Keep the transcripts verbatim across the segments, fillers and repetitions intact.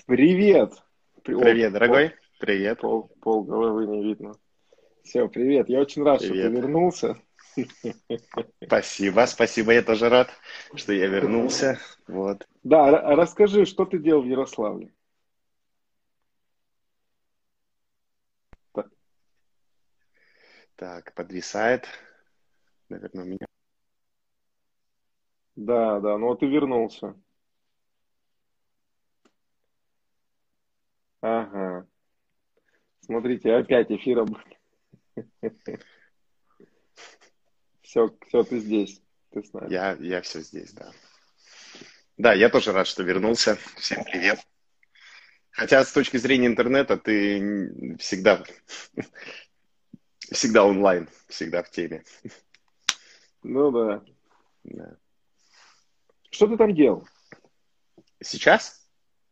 Привет! При- О, Привет, пол, дорогой. Привет. пол, пол головы не видно. Все, привет. Я очень рад, что ты Привет. вернулся. Спасибо, спасибо. Я тоже рад, что я вернулся. Вот. Да, ра- расскажи, что ты делал в Ярославле? Та- Так, подвисает. Наверное, у меня. Да, да, ну вот ты вернулся. Ага. Смотрите, опять эфир. Все, все, ты здесь. Ты с нами. Я, я все здесь, да. Да, я тоже рад, что вернулся. Всем привет. Хотя с точки зрения интернета ты н- всегда, всегда онлайн, всегда в теме. Ну да. Да. Что ты там делал? Сейчас?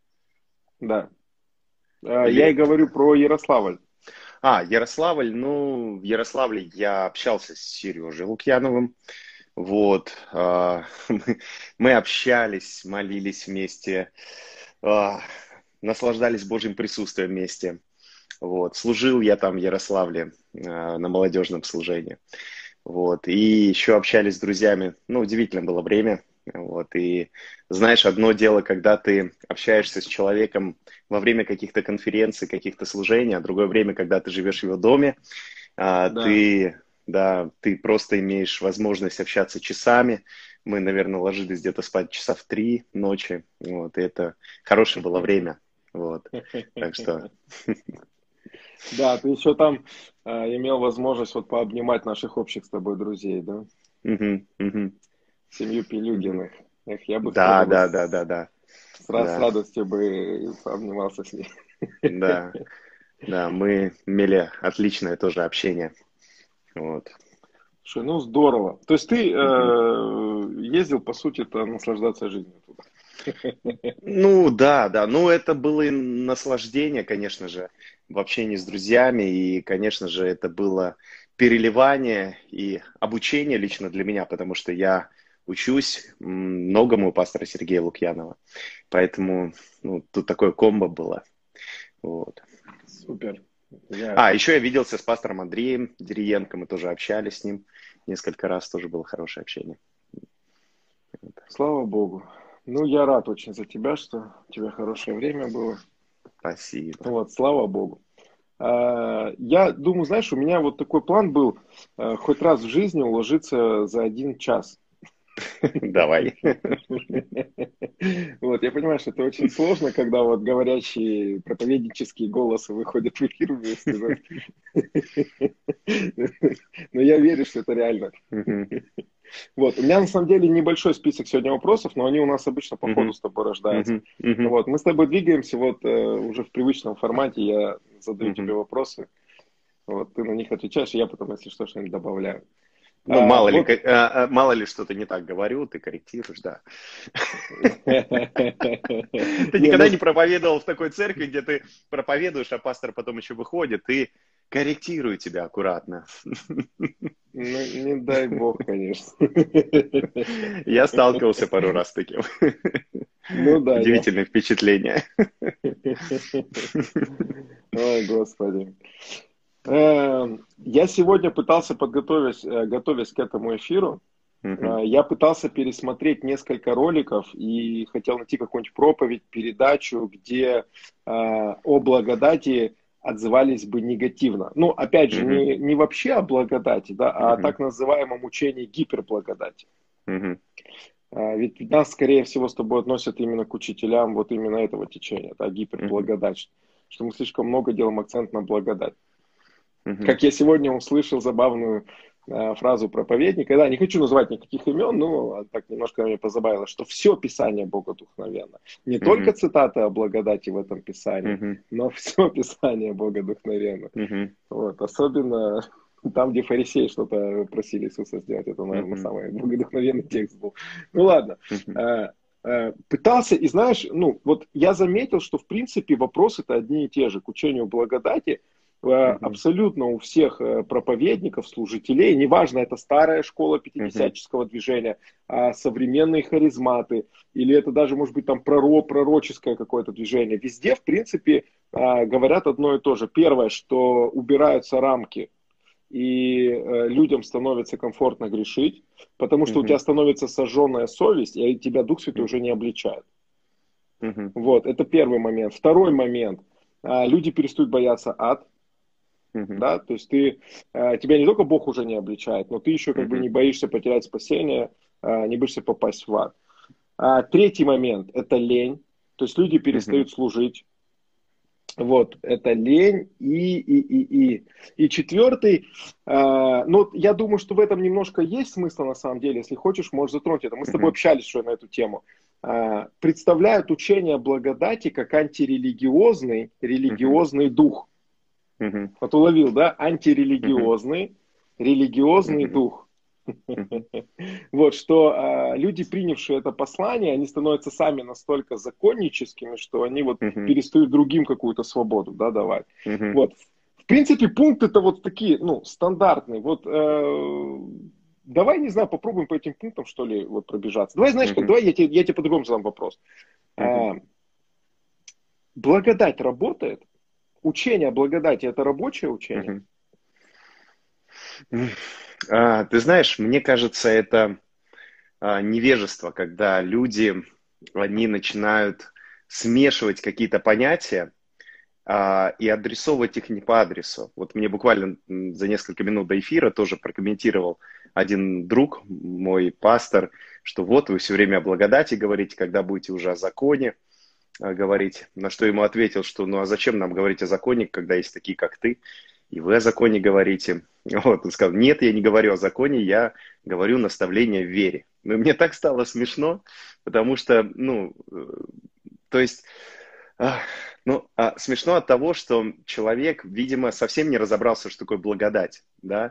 Да. А, Я и Или... говорю про Ярославль. А, Ярославль. Ну, в Ярославле я общался с Сережей Лукьяновым. Вот, а, мы, мы общались, молились вместе, а, наслаждались Божьим присутствием вместе. Вот, служил я там в Ярославле а, на молодежном служении. Вот, и еще общались с друзьями. Ну, удивительное было время. Вот, и знаешь, одно дело, когда ты общаешься с человеком во время каких-то конференций, каких-то служений, а другое время, когда ты живешь в его доме, а, Да. ты, да, ты просто имеешь возможность общаться часами. Мы, наверное, ложились где-то спать часа в три ночи. Вот, и это хорошее было время. Вот, так что, Да, ты еще там а, имел возможность вот пообнимать наших общих с тобой друзей, да? мгм, мгм, Семью мгм. Пилюгиных. Эх, я бы тоже Да, бы да, да, с, да, да, с ра- с да, радостью бы обнимался с ней. да, да, мы имели отличное тоже общение. Вот. Слушай, ну здорово. То есть ты Мгм. э, ездил, по сути-то, наслаждаться жизнью туда. Ну да, да, ну это было и наслаждение, конечно же, в общении с друзьями, и, конечно же, это было переливание и обучение лично для меня, потому что я учусь м, многому у пастора Сергея Лукьянова, поэтому ну, тут такое комбо было. Вот. Супер. Я, А, еще я виделся с пастором Андреем Дериенко, мы тоже общались с ним несколько раз, тоже было хорошее общение. слава Богу. Ну, я рад очень за тебя, что у тебя хорошее время было. Спасибо. Вот, слава Богу. А, Я думаю, знаешь, у меня вот такой план был э, хоть раз в жизни уложиться за один час. Давай. Вот, я понимаю, что это очень сложно, когда вот говорящие проповеднические голосы выходят в эфир, умею сказать. Но я верю, что это реально. Мгм. Вот, у меня на самом деле небольшой список сегодня вопросов, но они у нас обычно по ходу Мгм. с тобой рождаются. Мгм. Мгм. Вот, мы с тобой двигаемся вот э, уже в привычном формате, я задаю тебе Мгм. вопросы, вот, ты на них отвечаешь, и я потом, если что, что-нибудь добавляю. Ну, А, мало ли, вот. ка- а, а, мало ли что-то не так говорю, ты корректируешь, да. Ты Не, никогда ну, не проповедовал в такой церкви, где ты проповедуешь, а пастор потом еще выходит и корректирует тебя аккуратно. ну, не дай бог, конечно. Я сталкивался пару раз с таким. Ну да, я. Удивительное впечатление. Ой, Господи. Эм, Я сегодня пытался подготовить, э, готовясь к этому эфиру, Мгм. э, я пытался пересмотреть несколько роликов и хотел найти какую-нибудь проповедь, передачу, где э, о благодати отзывались бы негативно. Ну, опять же, Мгм. не, не вообще о благодати, да, а о Мгм. так называемом учении гиперблагодати. Мгм. А, Ведь нас, скорее всего, с тобой относят именно к учителям вот именно этого течения, да, Мгм. гиперблагодать, что мы слишком много делаем акцент на благодать. Мгм. Как я сегодня услышал забавную а, фразу проповедника, да, не хочу называть никаких имен, но так немножко меня позабавило, что все Писание богодухновенно. Не только Мгм. цитаты о благодати в этом Писании, Мгм. но все Писание богодухновенно. Мгм. Вот, особенно там, где фарисеи что-то просили Иисуса сделать, это, наверное, Мгм. самый богодухновенный текст был. Ну ладно. Мгм. Э, э, Пытался, и знаешь, ну, вот я заметил, что в принципе вопросы-то одни и те же к учению благодати, э, Мгм. абсолютно у всех э, проповедников, служителей, неважно, это старая школа Мгм. пятидесятнического движения, а современные харизматы, или это даже, может быть, там пророк, пророческое какое-то движение, везде, в принципе, э, говорят одно и то же. Первое, что убираются рамки, и э, людям становится комфортно грешить, потому что у тебя Мгм. становится сожженная совесть, и тебя Дух Святой уже Мгм. не обличает. Мгм. Вот, это первый момент. Второй момент. А, люди перестают бояться ад, Мгм. да, то есть ты, а, тебя не только Бог уже не обличает, но ты еще как бы Мгм. не боишься потерять спасение, а, не боишься попасть в ад. А, третий момент – это лень, то есть люди Мгм. перестают служить. Вот, это лень и, и, и, и. И четвертый, э, ну, я думаю, что в этом немножко есть смысл на самом деле. Если хочешь, можешь затронуть это. Мы с тобой Мгм. общались уже на эту тему. Э, представляют учение благодати как антирелигиозный, Мгм. религиозный дух. Мгм. Вот уловил, да? Мгм. Антирелигиозный, религиозный Мгм. дух. Мгм. Вот, что э, люди, принявшие это послание, они становятся сами настолько законническими, что они вот Мгм. перестают другим какую-то свободу, да, давать. Мгм. Вот. В принципе, пункты-то вот такие, ну, стандартные. Вот э, давай, не знаю, попробуем по этим пунктам, что ли, вот пробежаться. Давай, знаешь как, Мгм. давай я тебе, я тебе по-другому задам вопрос. Мгм. Э, благодать работает? Учение о благодати – это рабочее учение? Мгм. М. А, ты знаешь, мне кажется, это а, невежество, когда люди, они начинают смешивать какие-то понятия а, и адресовывать их не по адресу. Вот мне буквально м, за несколько минут до эфира тоже прокомментировал один друг, мой пастор, что вот вы все время о благодати говорите, когда будете уже о законе а, говорить. На что ему ответил, что ну а зачем нам говорить о законе, когда есть такие, как ты, и вы о законе говорите. Вот, он сказал, нет, я не говорю о законе, я говорю наставление в вере. Ну, и мне так стало смешно, потому что, ну, э, то есть, а, ну, а, смешно от того, что человек, видимо, совсем не разобрался, что такое благодать, да,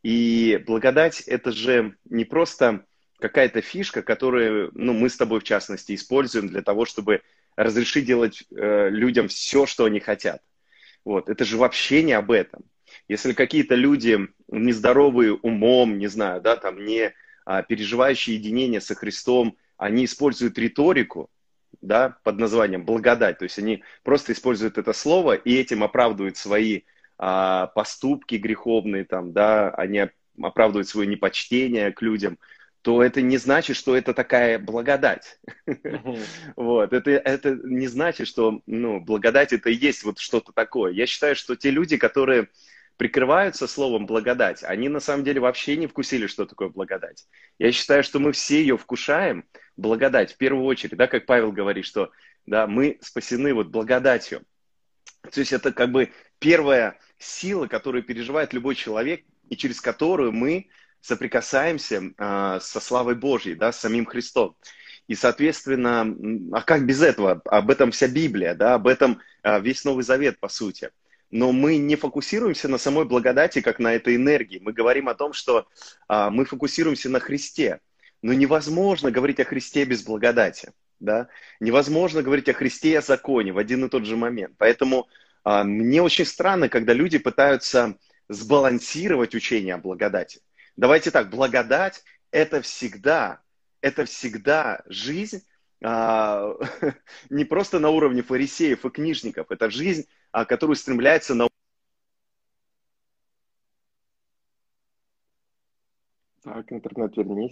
и благодать это же не просто какая-то фишка, которую, ну, мы с тобой в частности используем для того, чтобы разрешить делать э, людям все, что они хотят. Вот, это же вообще не об этом. Если какие-то люди нездоровые умом, не знаю, да, там не а, переживающие единение со Христом, они используют риторику, да, под названием благодать, то есть они просто используют это слово и этим оправдывают свои а, поступки греховные, там, да, они оправдывают свое непочтение к людям, то это не значит, что это такая благодать. Мгм. Вот. Это, это не значит, что ну, благодать это и есть вот что-то такое. Я считаю, что те люди, которые прикрываются словом благодать, они на самом деле вообще не вкусили, что такое благодать. Я считаю, что мы все ее вкушаем, благодать, в первую очередь, да, как Павел говорит, что да, мы спасены вот благодатью. То есть это как бы первая сила, которую переживает любой человек, и через которую мы соприкасаемся э, со славой Божьей, да, с самим Христом. И, соответственно, а как без этого? Об этом вся Библия, да, об этом э, весь Новый Завет, по сути. Но мы не фокусируемся на самой благодати, как на этой энергии. Мы говорим о том, что э, мы фокусируемся на Христе. Но невозможно говорить о Христе без благодати. Да? Невозможно говорить о Христе и о законе в один и тот же момент. Поэтому а, мне очень странно, когда люди пытаются сбалансировать учение о благодати. Давайте так, благодать это всегда, это всегда жизнь а, не просто на уровне фарисеев и книжников, это жизнь, а, которую стремляется на Так, интернет, вернись.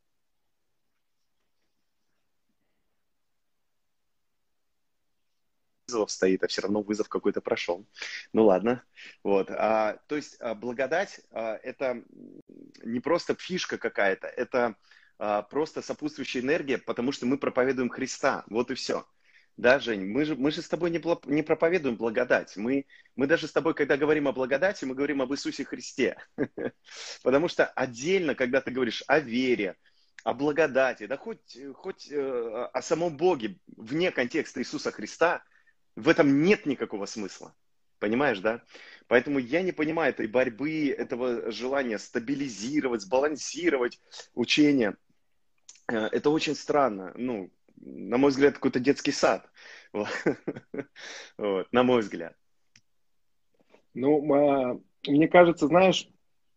вызовов стоит, а все равно вызов какой-то прошел. Ну ладно. Вот. А, то есть а, благодать а, это не просто фишка какая-то, это а, просто сопутствующая энергия, потому что мы проповедуем Христа. Вот и все. Да, Жень, мы же, мы же с тобой не, пло- не проповедуем благодать. Мы, мы даже с тобой, когда говорим о благодати, мы говорим об Иисусе Христе. Потому что отдельно, когда ты говоришь о вере, о благодати, да хоть, хоть э, о самом Боге вне контекста Иисуса Христа, в этом нет никакого смысла. Понимаешь, да? Поэтому я не понимаю этой борьбы, этого желания стабилизировать, сбалансировать учение. Э, Это очень странно. Ну, на мой взгляд, какой-то детский сад. Вот. Вот, на мой взгляд. Ну, а, мне кажется, знаешь,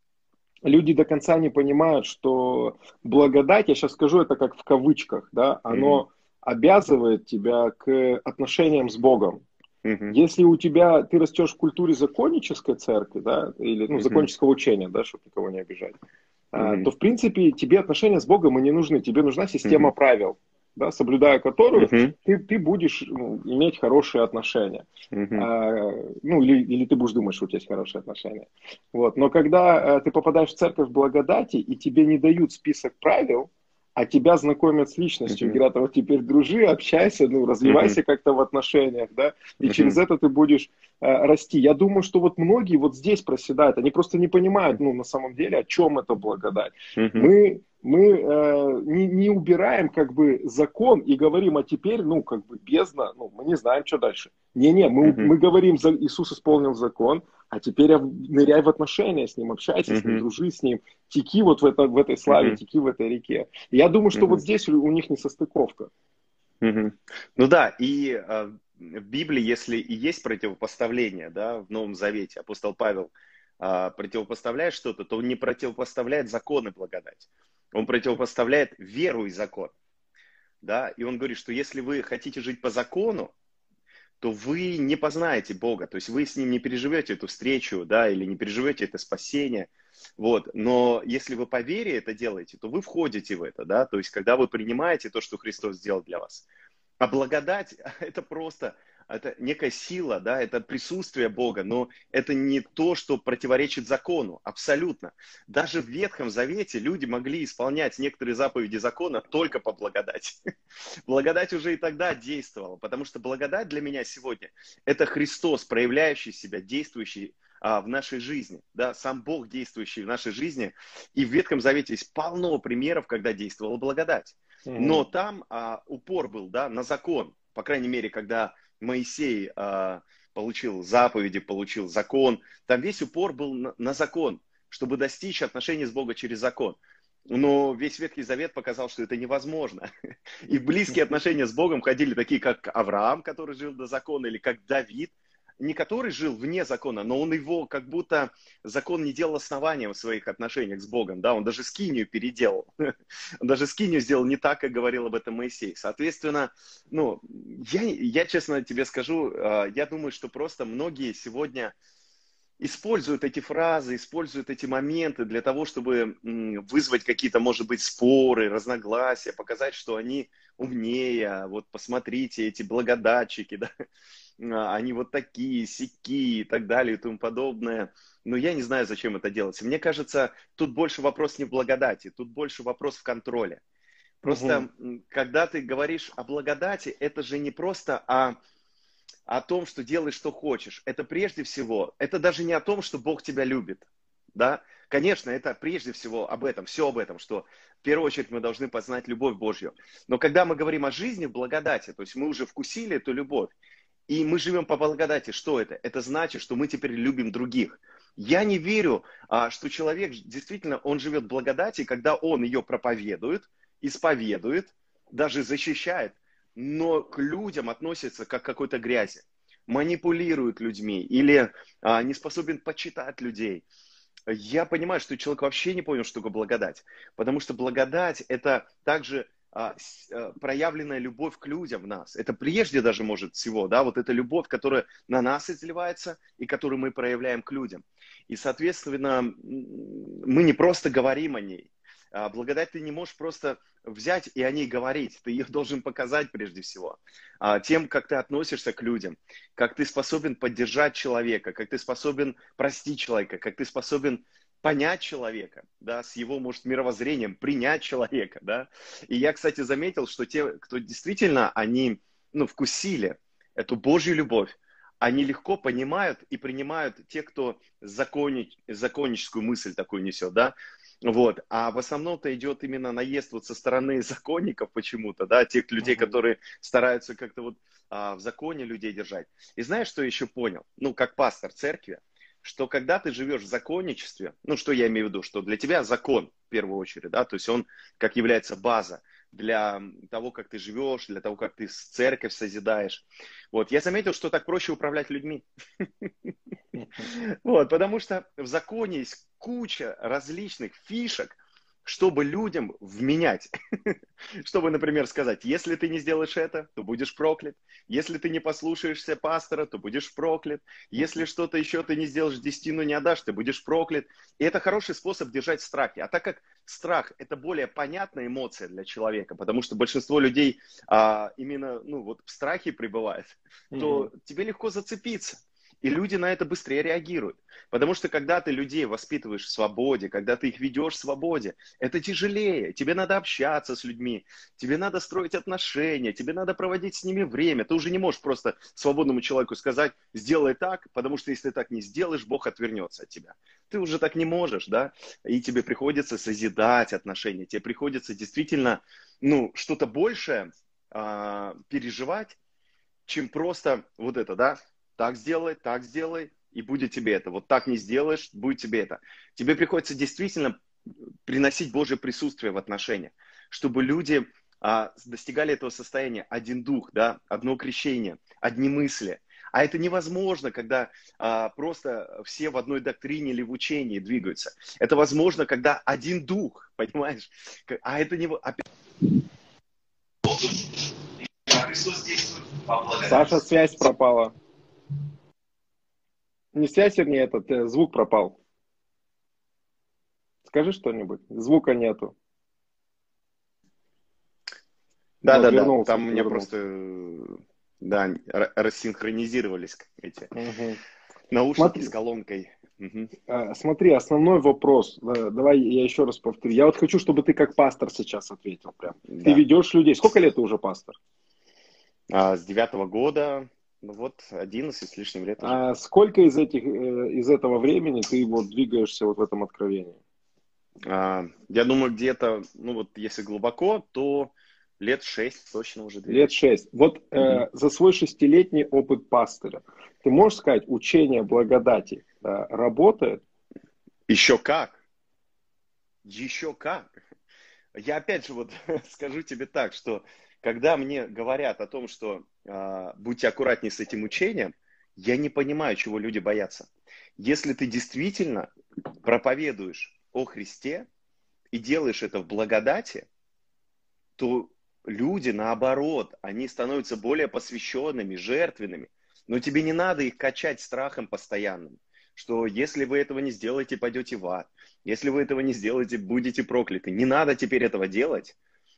люди до конца не понимают, что благодать, я сейчас скажу это как в кавычках, да, Мгм. оно обязывает тебя к отношениям с Богом. Мгм. Если у тебя, ты растешь в культуре законнической церкви, да, или, ну, Мгм. законнического учения, да, чтобы никого не обижать, а, то, Мгм. в принципе, тебе отношения с Богом и не нужны. Тебе нужна система Мгм. правил, да, соблюдая которую Мгм. ты, ты будешь, ну, иметь хорошие отношения. Мгм. А, ну, или, или ты будешь думать, что у тебя есть хорошие отношения. Вот. Но когда а, ты попадаешь в церковь благодати, и тебе не дают список правил, а тебя знакомят с личностью и Мгм. говорят: «А вот теперь дружи, общайся, ну, Мгм. развивайся как-то в отношениях, да, и через Мгм. это ты будешь э, расти». Я думаю, что вот многие вот здесь проседают, они просто не понимают, ну, на самом деле, о чем это благодать. Мгм. Мы, мы э, не, не убираем как бы закон и говорим: а теперь, ну, как бы бездна, ну, мы не знаем, что дальше. Не-не, мы, Мгм. мы говорим: за, Иисус исполнил закон, а теперь ныряй в отношения с Ним, общайся с Ним, Мгм. дружи с Ним, теки вот в, это, в этой славе, Мгм. теки в этой реке. Я думаю, что вот Мгм. здесь у них несостыковка. Мгм. Ну да, и а, в Библии, если и есть противопоставление, да, в Новом Завете, апостол Павел а, противопоставляет что-то, то он не противопоставляет закон и благодать. Он противопоставляет веру и закон, да, и он говорит, что если вы хотите жить по закону, то вы не познаете Бога, то есть вы с Ним не переживете эту встречу, да, или не переживете это спасение, вот, но если вы по вере это делаете, то вы входите в это, да, то есть когда вы принимаете то, что Христос сделал для вас. А благодать– это просто, это некая сила, да, это присутствие Бога, но это не то, что противоречит закону, абсолютно. Даже в Ветхом Завете люди могли исполнять некоторые заповеди закона только по благодати. Благодать уже и тогда действовала, потому что благодать для меня сегодня– это Христос, проявляющий себя, действующий а, в нашей жизни, да, сам Бог, действующий в нашей жизни. И в Ветхом Завете есть полно примеров, когда действовала благодать. Но Мгм. там а, упор был, да, на закон. По крайней мере, когда Моисей а, получил заповеди, получил закон, там весь упор был на, на закон, чтобы достичь отношений с Богом через закон. Но весь Ветхий Завет показал, что это невозможно. И в близкие отношения с Богом ходили такие, как Авраам, который жил до закона, или как Давид, не который жил вне закона, но он его как будто закон не делал основанием в своих отношениях с Богом, да, он даже скинию переделал, он даже скинию сделал не так, как говорил об этом Моисей. Соответственно, ну, я, я честно тебе скажу, э, я думаю, что просто многие сегодня используют эти фразы, используют эти моменты для того, чтобы м, вызвать какие-то, может быть, споры, разногласия, показать, что они умнее, вот посмотрите, эти благодатчики, да, а, они вот такие, сякие и так далее и тому подобное. Но я не знаю, зачем это делать. Мне кажется, тут больше вопрос не в благодати, тут больше вопрос в контроле. Мгм. Просто, м, когда ты говоришь о благодати, это же не просто о о том, что делай, что хочешь. Это прежде всего, это даже не о том, что Бог тебя любит. Да? Конечно, это прежде всего об этом, все об этом, что в первую очередь мы должны познать любовь Божью. Но когда мы говорим о жизни в благодати, то есть мы уже вкусили эту любовь, и мы живем по благодати, что это? Это значит, что мы теперь любим других. Я не верю, а, что человек действительно, он живет в благодати, когда он ее проповедует, исповедует, даже защищает, но к людям относится как к какой-то грязи, манипулирует людьми или а, не способен почитать людей. Я понимаю, что человек вообще не понял, что такое благодать, потому что благодать– это также а, с- а, проявленная любовь к людям в нас. Это прежде даже может всего, да, вот эта любовь, которая на нас изливается и которую мы проявляем к людям. И, соответственно, м, мы не просто говорим о ней. А благодать ты не можешь просто взять и о ней говорить. Ты ее должен показать прежде всего. А, тем, как ты относишься к людям, как ты способен поддержать человека, как ты способен простить человека, как ты способен понять человека, да, с его, может, мировоззрением, принять человека, да. И я, кстати, заметил, что те, кто действительно, они, ну, вкусили эту Божью любовь, они легко понимают и принимают те, кто закони, законническую мысль такую несет, да. Вот. А в основном-то идет именно наезд вот со стороны законников почему-то, да, тех людей, Мгм. которые стараются как-то вот а, в законе людей держать. И знаешь, что я еще понял? Ну, как пастор церкви, что когда ты живешь в законничестве, ну, что я имею в виду, что для тебя закон в первую очередь, да, то есть он как является база, для того, как ты живешь, для того, как ты церковь созидаешь. Вот. Я заметил, что так проще управлять людьми. Вот, потому что в законе есть куча различных фишек, чтобы людям вменять. Чтобы, например, сказать, если ты не сделаешь это, то будешь проклят. Если ты не послушаешься пастора, то будешь проклят. Если что-то еще ты не сделаешь, десятину не отдашь, ты будешь проклят. И это хороший способ держать в страхе. А так как страх – это более понятная эмоция для человека, потому что большинство людей а, именно ну, вот в страхе пребывает, то тебе легко зацепиться. И люди на это быстрее реагируют. Потому что когда ты людей воспитываешь в свободе, когда ты их ведешь в свободе, это тяжелее. Тебе надо общаться с людьми, тебе надо строить отношения, тебе надо проводить с ними время. Ты уже не можешь просто свободному человеку сказать, сделай так, потому что если ты так не сделаешь, Бог отвернется от тебя. Ты уже так не можешь, да? И тебе приходится созидать отношения, тебе приходится действительно ну, что-то большее а, переживать, чем просто вот это, да? Так сделай, так сделай, и будет тебе это. Вот так не сделаешь, будет тебе это. Тебе приходится действительно приносить Божье присутствие в отношениях, чтобы люди а, достигали этого состояния. Один дух, да, одно крещение, одни мысли. А это невозможно, когда а, просто все в одной доктрине или в учении двигаются. Это возможно, когда один дух, понимаешь? А это не... Саша, связь пропала. Не связь, вернее, этот э, звук пропал. Скажи что-нибудь. Звука нету. Да, Вот, да, да. вернулся, Там у меня вернулся. просто да, ра- рассинхронизировались эти Угу. наушники Смотри, с колонкой. Мгм. э, смотри, основной вопрос. Э, давай я еще раз повторю. Я вот хочу, чтобы ты как пастор сейчас ответил прям. Ты Да. ведешь людей. Сколько лет ты уже пастор? А с девятого года, ну вот, одиннадцать с лишним лет уже. А сколько из этих, э, из этого времени ты вот двигаешься вот в этом откровении? А, я думаю, где-то, ну вот, если глубоко, то лет шесть точно уже Лет двигаюсь. шесть. Вот Мгм. э, за свой шестилетний опыт пастыря, ты можешь сказать, учение благодати э, работает? Еще как, еще как. Я опять же вот скажу тебе так, что когда мне говорят о том, что а, будьте аккуратнее с этим учением, я не понимаю, чего люди боятся. Если ты действительно проповедуешь о Христе и делаешь это в благодати, то люди, наоборот, они становятся более посвященными, жертвенными. Но тебе не надо их качать страхом постоянным, что если вы этого не сделаете, пойдете в ад. Если вы этого не сделаете, будете прокляты. Не надо теперь этого делать,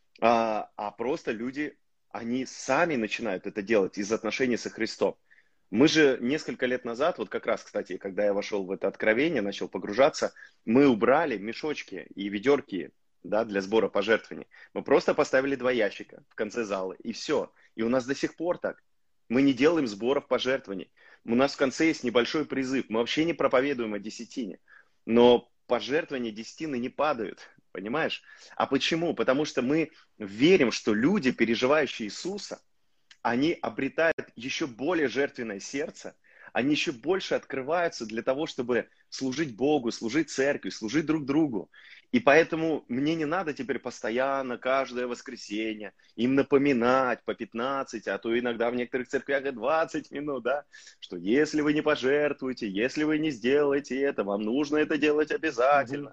а, а просто люди, они сами начинают это делать из отношений со Христом. Мы же несколько лет назад, вот как раз, кстати, когда я вошел в это откровение, начал погружаться, мы убрали мешочки и ведерки, да, для сбора пожертвований. Мы просто поставили два ящика в конце зала, и все. И у нас до сих пор так. Мы не делаем сборов пожертвований. У нас в конце есть небольшой призыв. Мы вообще не проповедуем о десятине. Но пожертвования десятины не падают, понимаешь? А почему? Потому что мы верим, что люди, переживающие Иисуса, они обретают еще более жертвенное сердце, они еще больше открываются для того, чтобы служить Богу, служить церкви, служить друг другу. И поэтому мне не надо теперь постоянно, каждое воскресенье, им напоминать по пятнадцать, а то иногда в некоторых церквях и двадцать минут, да, что если вы не пожертвуете, если вы не сделаете это, вам нужно это делать Мгм. обязательно.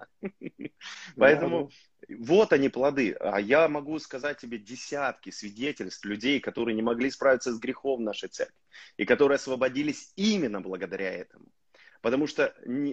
Да, да. Поэтому вот они плоды. А я могу сказать тебе десятки свидетельств людей, которые не могли справиться с грехом в нашей церкви и которые освободились именно благодаря этому. Потому что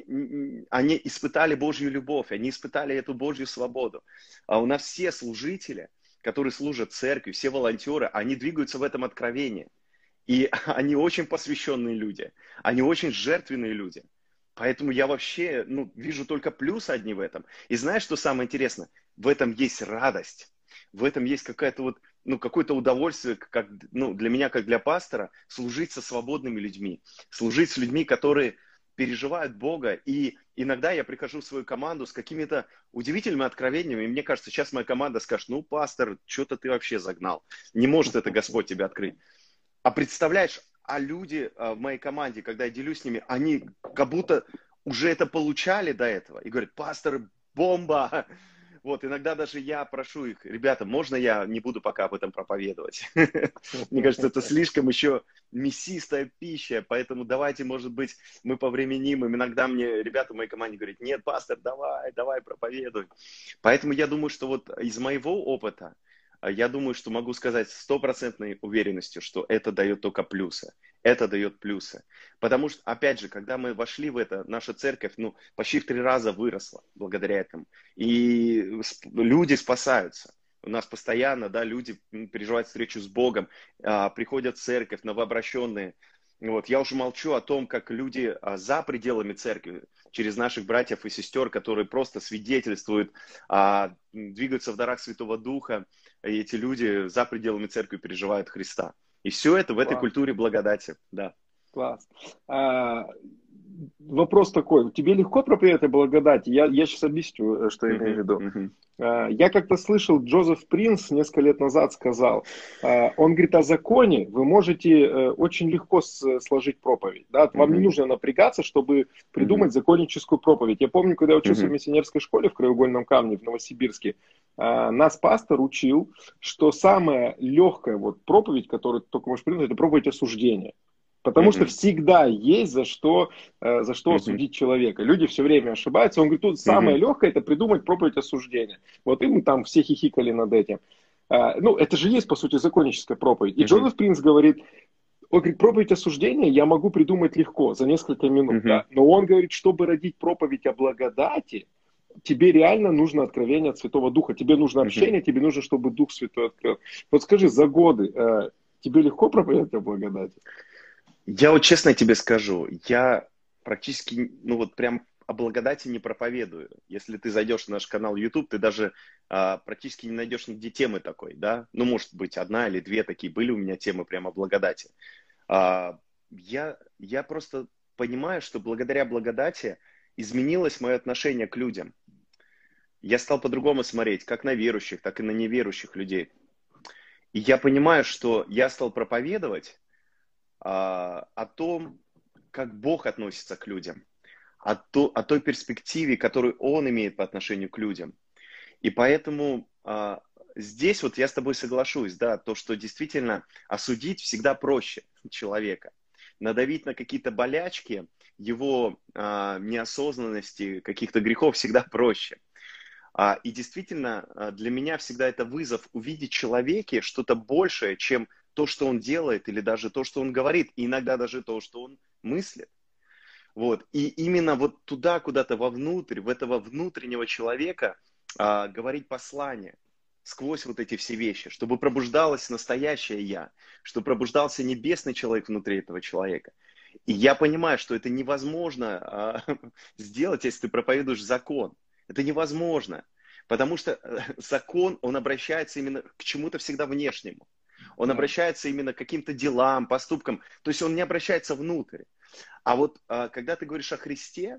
они испытали Божью любовь, они испытали эту Божью свободу. А у нас все служители, которые служат церкви, все волонтеры, они двигаются в этом откровении. И они очень посвященные люди, они очень жертвенные люди. Поэтому я вообще ну, вижу только плюсы одни в этом. И знаешь, что самое интересное? В этом есть радость. В этом есть какая-то вот, ну, какое-то удовольствие, как, ну, для меня, как для пастора, служить со свободными людьми. Служить с людьми, которые переживают Бога. И иногда я прихожу в свою команду с какими-то удивительными откровениями. И мне кажется, сейчас моя команда скажет, ну, пастор, что-то ты вообще загнал. Не может это Господь тебе открыть. А представляешь, а люди в моей команде, когда я делюсь с ними, они как будто уже это получали до этого. И говорят, пастор, бомба, Вот, иногда даже я прошу их: ребята, можно я не буду пока об этом проповедовать? Мне кажется, это слишком еще мясистая пища, поэтому давайте, может быть, мы повременим. Иногда мне ребята в моей команде говорят: нет, пастор, давай, давай проповедуй. Поэтому я думаю, что вот из моего опыта, я думаю, что могу сказать с стопроцентной уверенностью, что это дает только плюсы. Это дает плюсы. Потому что, опять же, когда мы вошли в это, наша церковь, ну, почти в три раза выросла благодаря этому. И люди спасаются. У нас постоянно, да, люди переживают встречу с Богом, приходят в церковь, новообращенные. Вот. Я уже молчу о том, как люди за пределами церкви, через наших братьев и сестер, которые просто свидетельствуют, двигаются в дарах Святого Духа, и эти люди за пределами церкви переживают Христа. И все это в этой Класс. культуре благодати. Да. Класс. А, вопрос такой. Тебе легко проповедовать о благодати? Я, я сейчас объясню, что я имею в виду. Uh-huh. А, я как-то слышал, Джозеф Принц несколько лет назад сказал, а, он говорит, о законе вы можете а, очень легко с, сложить проповедь. Да? Вам uh-huh. не нужно напрягаться, чтобы придумать uh-huh. законническую проповедь. Я помню, когда я учился uh-huh. в миссионерской школе в Краеугольном Камне в Новосибирске, а, нас пастор учил, что самая легкая вот проповедь, которую ты только можешь придумать, это проповедь осуждения. Потому uh-huh. что всегда есть за что, э, за что uh-huh. осудить человека. Люди все время ошибаются. Он говорит, тут самое uh-huh. легкое это придумать проповедь осуждения. Вот и мы там все хихикали над этим. А, ну, это же есть, по сути, законническая проповедь. И uh-huh. Джозеф Принц говорит, он говорит, проповедь осуждения я могу придумать легко, за несколько минут. Uh-huh. Да? Но он говорит, чтобы родить проповедь о благодати, тебе реально нужно откровение от Святого Духа. Тебе нужно общение, uh-huh. тебе нужно, чтобы Дух Святой открыл. Вот скажи, за годы э, тебе легко проповедовать о благодати? Я вот честно тебе скажу, я практически, ну вот прям о благодати не проповедую. Если ты зайдешь на наш канал YouTube, ты даже а, практически не найдешь нигде темы такой, да? Ну, может быть, одна или две такие были у меня темы прямо о благодати. А, я, я просто понимаю, что благодаря благодати изменилось мое отношение к людям. Я стал по-другому смотреть, как на верующих, так и на неверующих людей. И я понимаю, что я стал проповедовать о том, как Бог относится к людям, о, то, о той перспективе, которую Он имеет по отношению к людям. И поэтому а, здесь вот я с тобой соглашусь, да, то, что действительно осудить всегда проще человека. Надавить на какие-то болячки, его а, неосознанности, каких-то грехов всегда проще. А, и действительно для меня всегда это вызов увидеть в человеке что-то большее, чем то, что он делает, или даже то, что он говорит, и иногда даже то, что он мыслит. Вот. И именно вот туда, куда-то вовнутрь, в этого внутреннего человека а, говорить послание сквозь вот эти все вещи, чтобы пробуждалось настоящее я, чтобы пробуждался небесный человек внутри этого человека. И я понимаю, что это невозможно а, сделать, если ты проповедуешь закон. Это невозможно, потому что закон, он обращается именно к чему-то всегда внешнему. Он да. обращается именно к каким-то делам, поступкам. То есть он не обращается внутрь. А вот когда ты говоришь о Христе,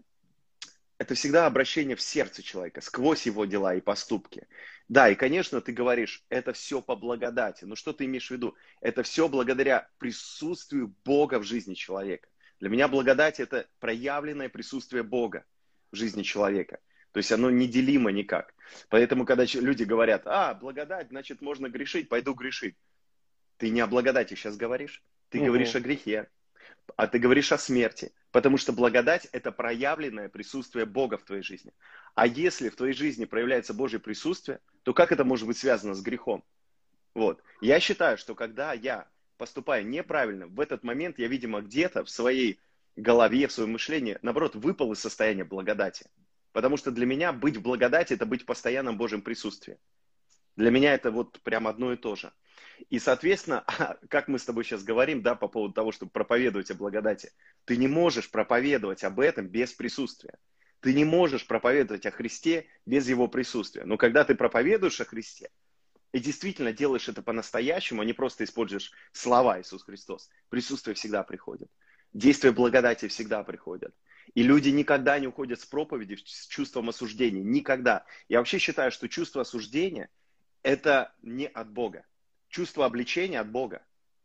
это всегда обращение в сердце человека, сквозь его дела и поступки. Да, и, конечно, ты говоришь, это все по благодати. Но что ты имеешь в виду? Это все благодаря присутствию Бога в жизни человека. Для меня благодать – это проявленное присутствие Бога в жизни человека. То есть оно неделимо никак. Поэтому, когда люди говорят, а, благодать, значит, можно грешить, пойду грешить. Ты не о благодати сейчас говоришь, ты угу. говоришь о грехе, а ты говоришь о смерти. Потому что благодать – это проявленное присутствие Бога в твоей жизни. А если в твоей жизни проявляется Божье присутствие, то как это может быть связано с грехом? Вот. Я считаю, что когда я поступаю неправильно, в этот момент я, видимо, где-то в своей голове, в своем мышлении, наоборот, выпал из состояния благодати. Потому что для меня быть в благодати – это быть в постоянном Божьем присутствии. Для меня это вот прям одно и то же. И, соответственно, как мы с тобой сейчас говорим, да, по поводу того, чтобы проповедовать о благодати, ты не можешь проповедовать об этом без присутствия. Ты не можешь проповедовать о Христе без Его присутствия. Но когда ты проповедуешь о Христе и действительно делаешь это по-настоящему, а не просто используешь слова Иисус Христос, присутствие всегда приходит. Действия благодати всегда приходят. И люди никогда не уходят с проповеди с чувством осуждения. Никогда. Я вообще считаю, что чувство осуждения – это не от Бога. Чувство обличения от Бога.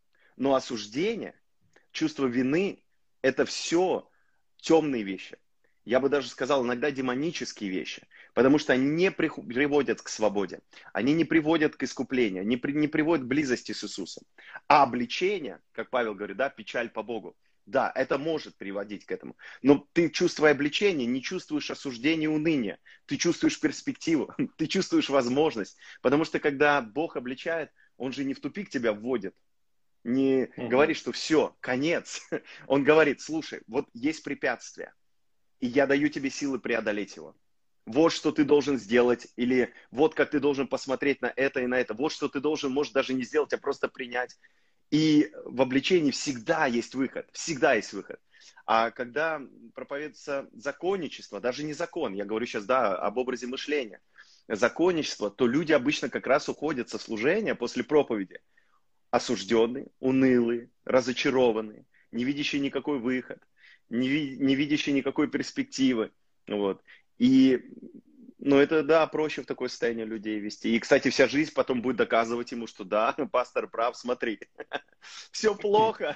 Но осуждение, чувство вины – это все темные вещи. я бы даже сказал, иногда демонические вещи, потому что они не приху- приводят к свободе, они не приводят к искуплению, не, при- не приводят к близости с Иисусом. А обличение, как Павел говорит, да, печаль по Богу, да, это может приводить к этому. Но ты, чувствуя обличение, не чувствуешь осуждения и уныния. Ты чувствуешь перспективу, ты чувствуешь возможность. Потому что когда Бог обличает, Он же не в тупик тебя вводит, не Мгм. говорит, что все, конец. Он говорит, слушай, вот есть препятствие, и я даю тебе силы преодолеть его. Вот что ты должен сделать, или вот как ты должен посмотреть на это и на это. Вот что ты должен, может, даже не сделать, а просто принять. И в обличении всегда есть выход, всегда есть выход. А когда проповедуется законничество, даже не закон, я говорю сейчас, да, об образе мышления, законничество, то люди обычно как раз уходят со служения после проповеди осужденные, унылые, разочарованные, не видящие никакой выход, не, ви- не видящие никакой перспективы. Вот. И, ну, это, да, проще в такое состояние людей вести. И, кстати, вся жизнь потом будет доказывать ему, что да, пастор прав, смотри, все плохо,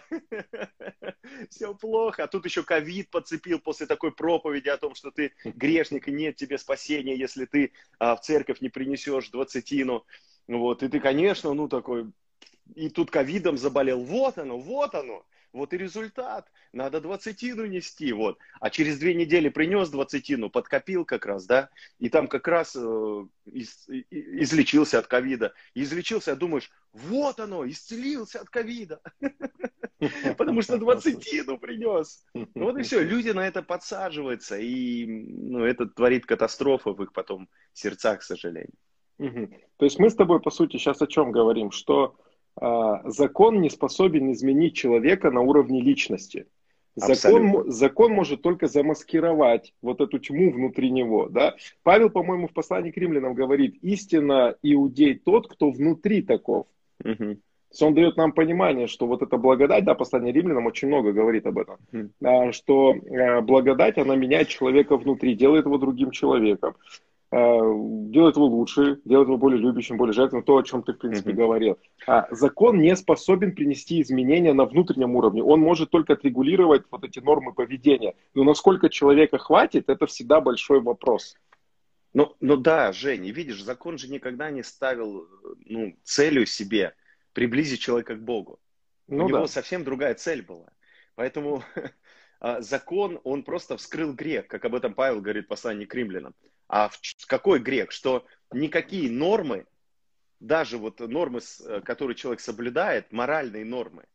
все плохо. А тут еще ковид подцепил после такой проповеди о том, что ты грешник, и нет тебе спасения, если ты а, в церковь не принесешь двадцатину. Вот, и ты, конечно, ну, такой, и тут ковидом заболел. Вот оно, вот оно. Вот и результат. Надо двадцатину нести. Вот. А через две недели принес двадцатину, подкопил как раз, да, и там как раз э, из, и- излечился от ковида. Излечился, а думаешь, вот оно, исцелился от ковида, потому что двадцатину принес. Вот и все. Люди на это подсаживаются, и ну, это творит катастрофу в их потом сердцах, к сожалению. Мгм. То есть мы с тобой, по сути, сейчас о чем говорим? Что а, закон не способен изменить человека на уровне личности. Закон, Абсолютно. мо- закон может только замаскировать вот эту тьму внутри него. Да? Павел, по-моему, в послании к римлянам говорит, истинно иудей тот, кто внутри таков. Мгм. То есть он дает нам понимание, что вот эта благодать, да, послание римлянам очень много говорит об этом, Мгм. а, что а, благодать, она меняет человека внутри, делает его другим человеком, а, делает его лучше, делает его более любящим, более жертвенным, то, о чем ты, в принципе, Мгм. говорил. А закон не способен принести изменения на внутреннем уровне, он может только отрегулировать вот эти нормы поведения. Но насколько человека хватит, это всегда большой вопрос. Ну, ну да, Жень, и видишь, закон же никогда не ставил ну, целью себе приблизить человека к Богу. У Ну него да. совсем другая цель была. Поэтому а, закон, он просто вскрыл грех, как об этом Павел говорит в послании к римлянам. А в ч- какой грех? Что никакие нормы, даже вот нормы, с- э, которые человек соблюдает, моральные нормы,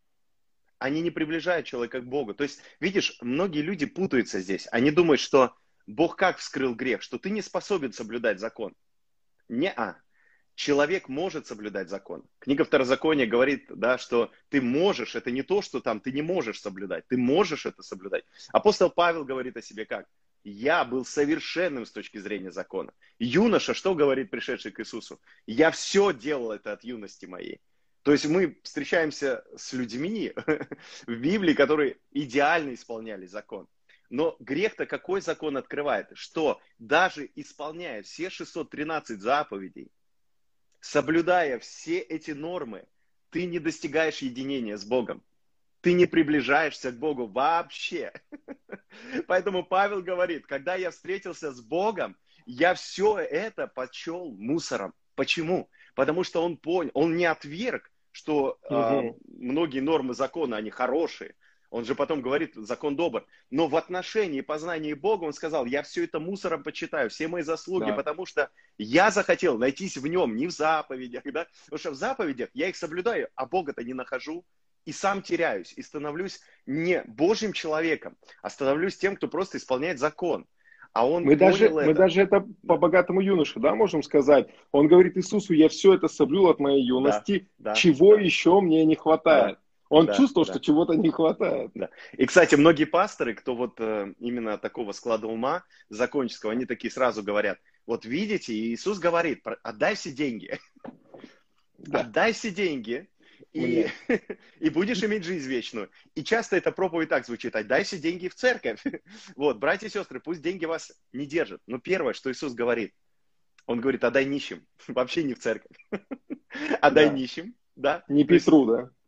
они не приближают человека к Богу. То есть, видишь, многие люди путаются здесь. Они думают, что Бог как вскрыл грех, что ты не способен соблюдать закон. Не-а. Человек может соблюдать закон. Книга Второзакония говорит, да, что ты можешь, это не то, что там ты не можешь соблюдать, ты можешь это соблюдать. Апостол Павел говорит о себе как? Я был совершенным с точки зрения закона. Юноша, что говорит пришедший к Иисусу? Я все делал это от юности моей. То есть мы встречаемся с людьми в Библии, которые идеально исполняли закон. Но грех-то какой закон открывает? Что даже исполняя все шестьсот тринадцать заповедей, соблюдая все эти нормы, ты не достигаешь единения с Богом. Ты не приближаешься к Богу вообще. Поэтому Павел говорит, когда я встретился с Богом, я все это почел мусором. Почему? Потому что он понял, он не отверг, что э, Мгм. многие нормы закона, они хорошие. Он же потом говорит, закон добр. Но в отношении познания Бога он сказал, я все это мусором почитаю, все мои заслуги, Да. потому что я захотел найтись в нем, не в заповедях. Да? Потому что в заповедях я их соблюдаю, а Бога-то не нахожу. И сам теряюсь, и становлюсь не Божьим человеком, а становлюсь тем, кто просто исполняет закон. А он Мы даже, понял мы это. даже это по Да, богатому юноше, да, можем сказать. Он говорит Иисусу, я все это соблюл от моей да, юности, да, чего да, еще мне не да, хватает? Он да, чувствовал, что да. чего-то не хватает. Да. И, кстати, многие пасторы, кто вот э, именно такого склада ума законческого, они такие сразу говорят, вот видите, Иисус говорит, про- отдай все деньги, Да, отдай все деньги, и, мне. и будешь иметь жизнь вечную. И часто эта проповедь так звучит, отдай все деньги в церковь. Вот, братья и сестры, пусть деньги вас не держат. Но первое, что Иисус говорит, Он говорит, отдай нищим, вообще не в церковь, отдай Да. нищим, да, Не то есть Петру, да?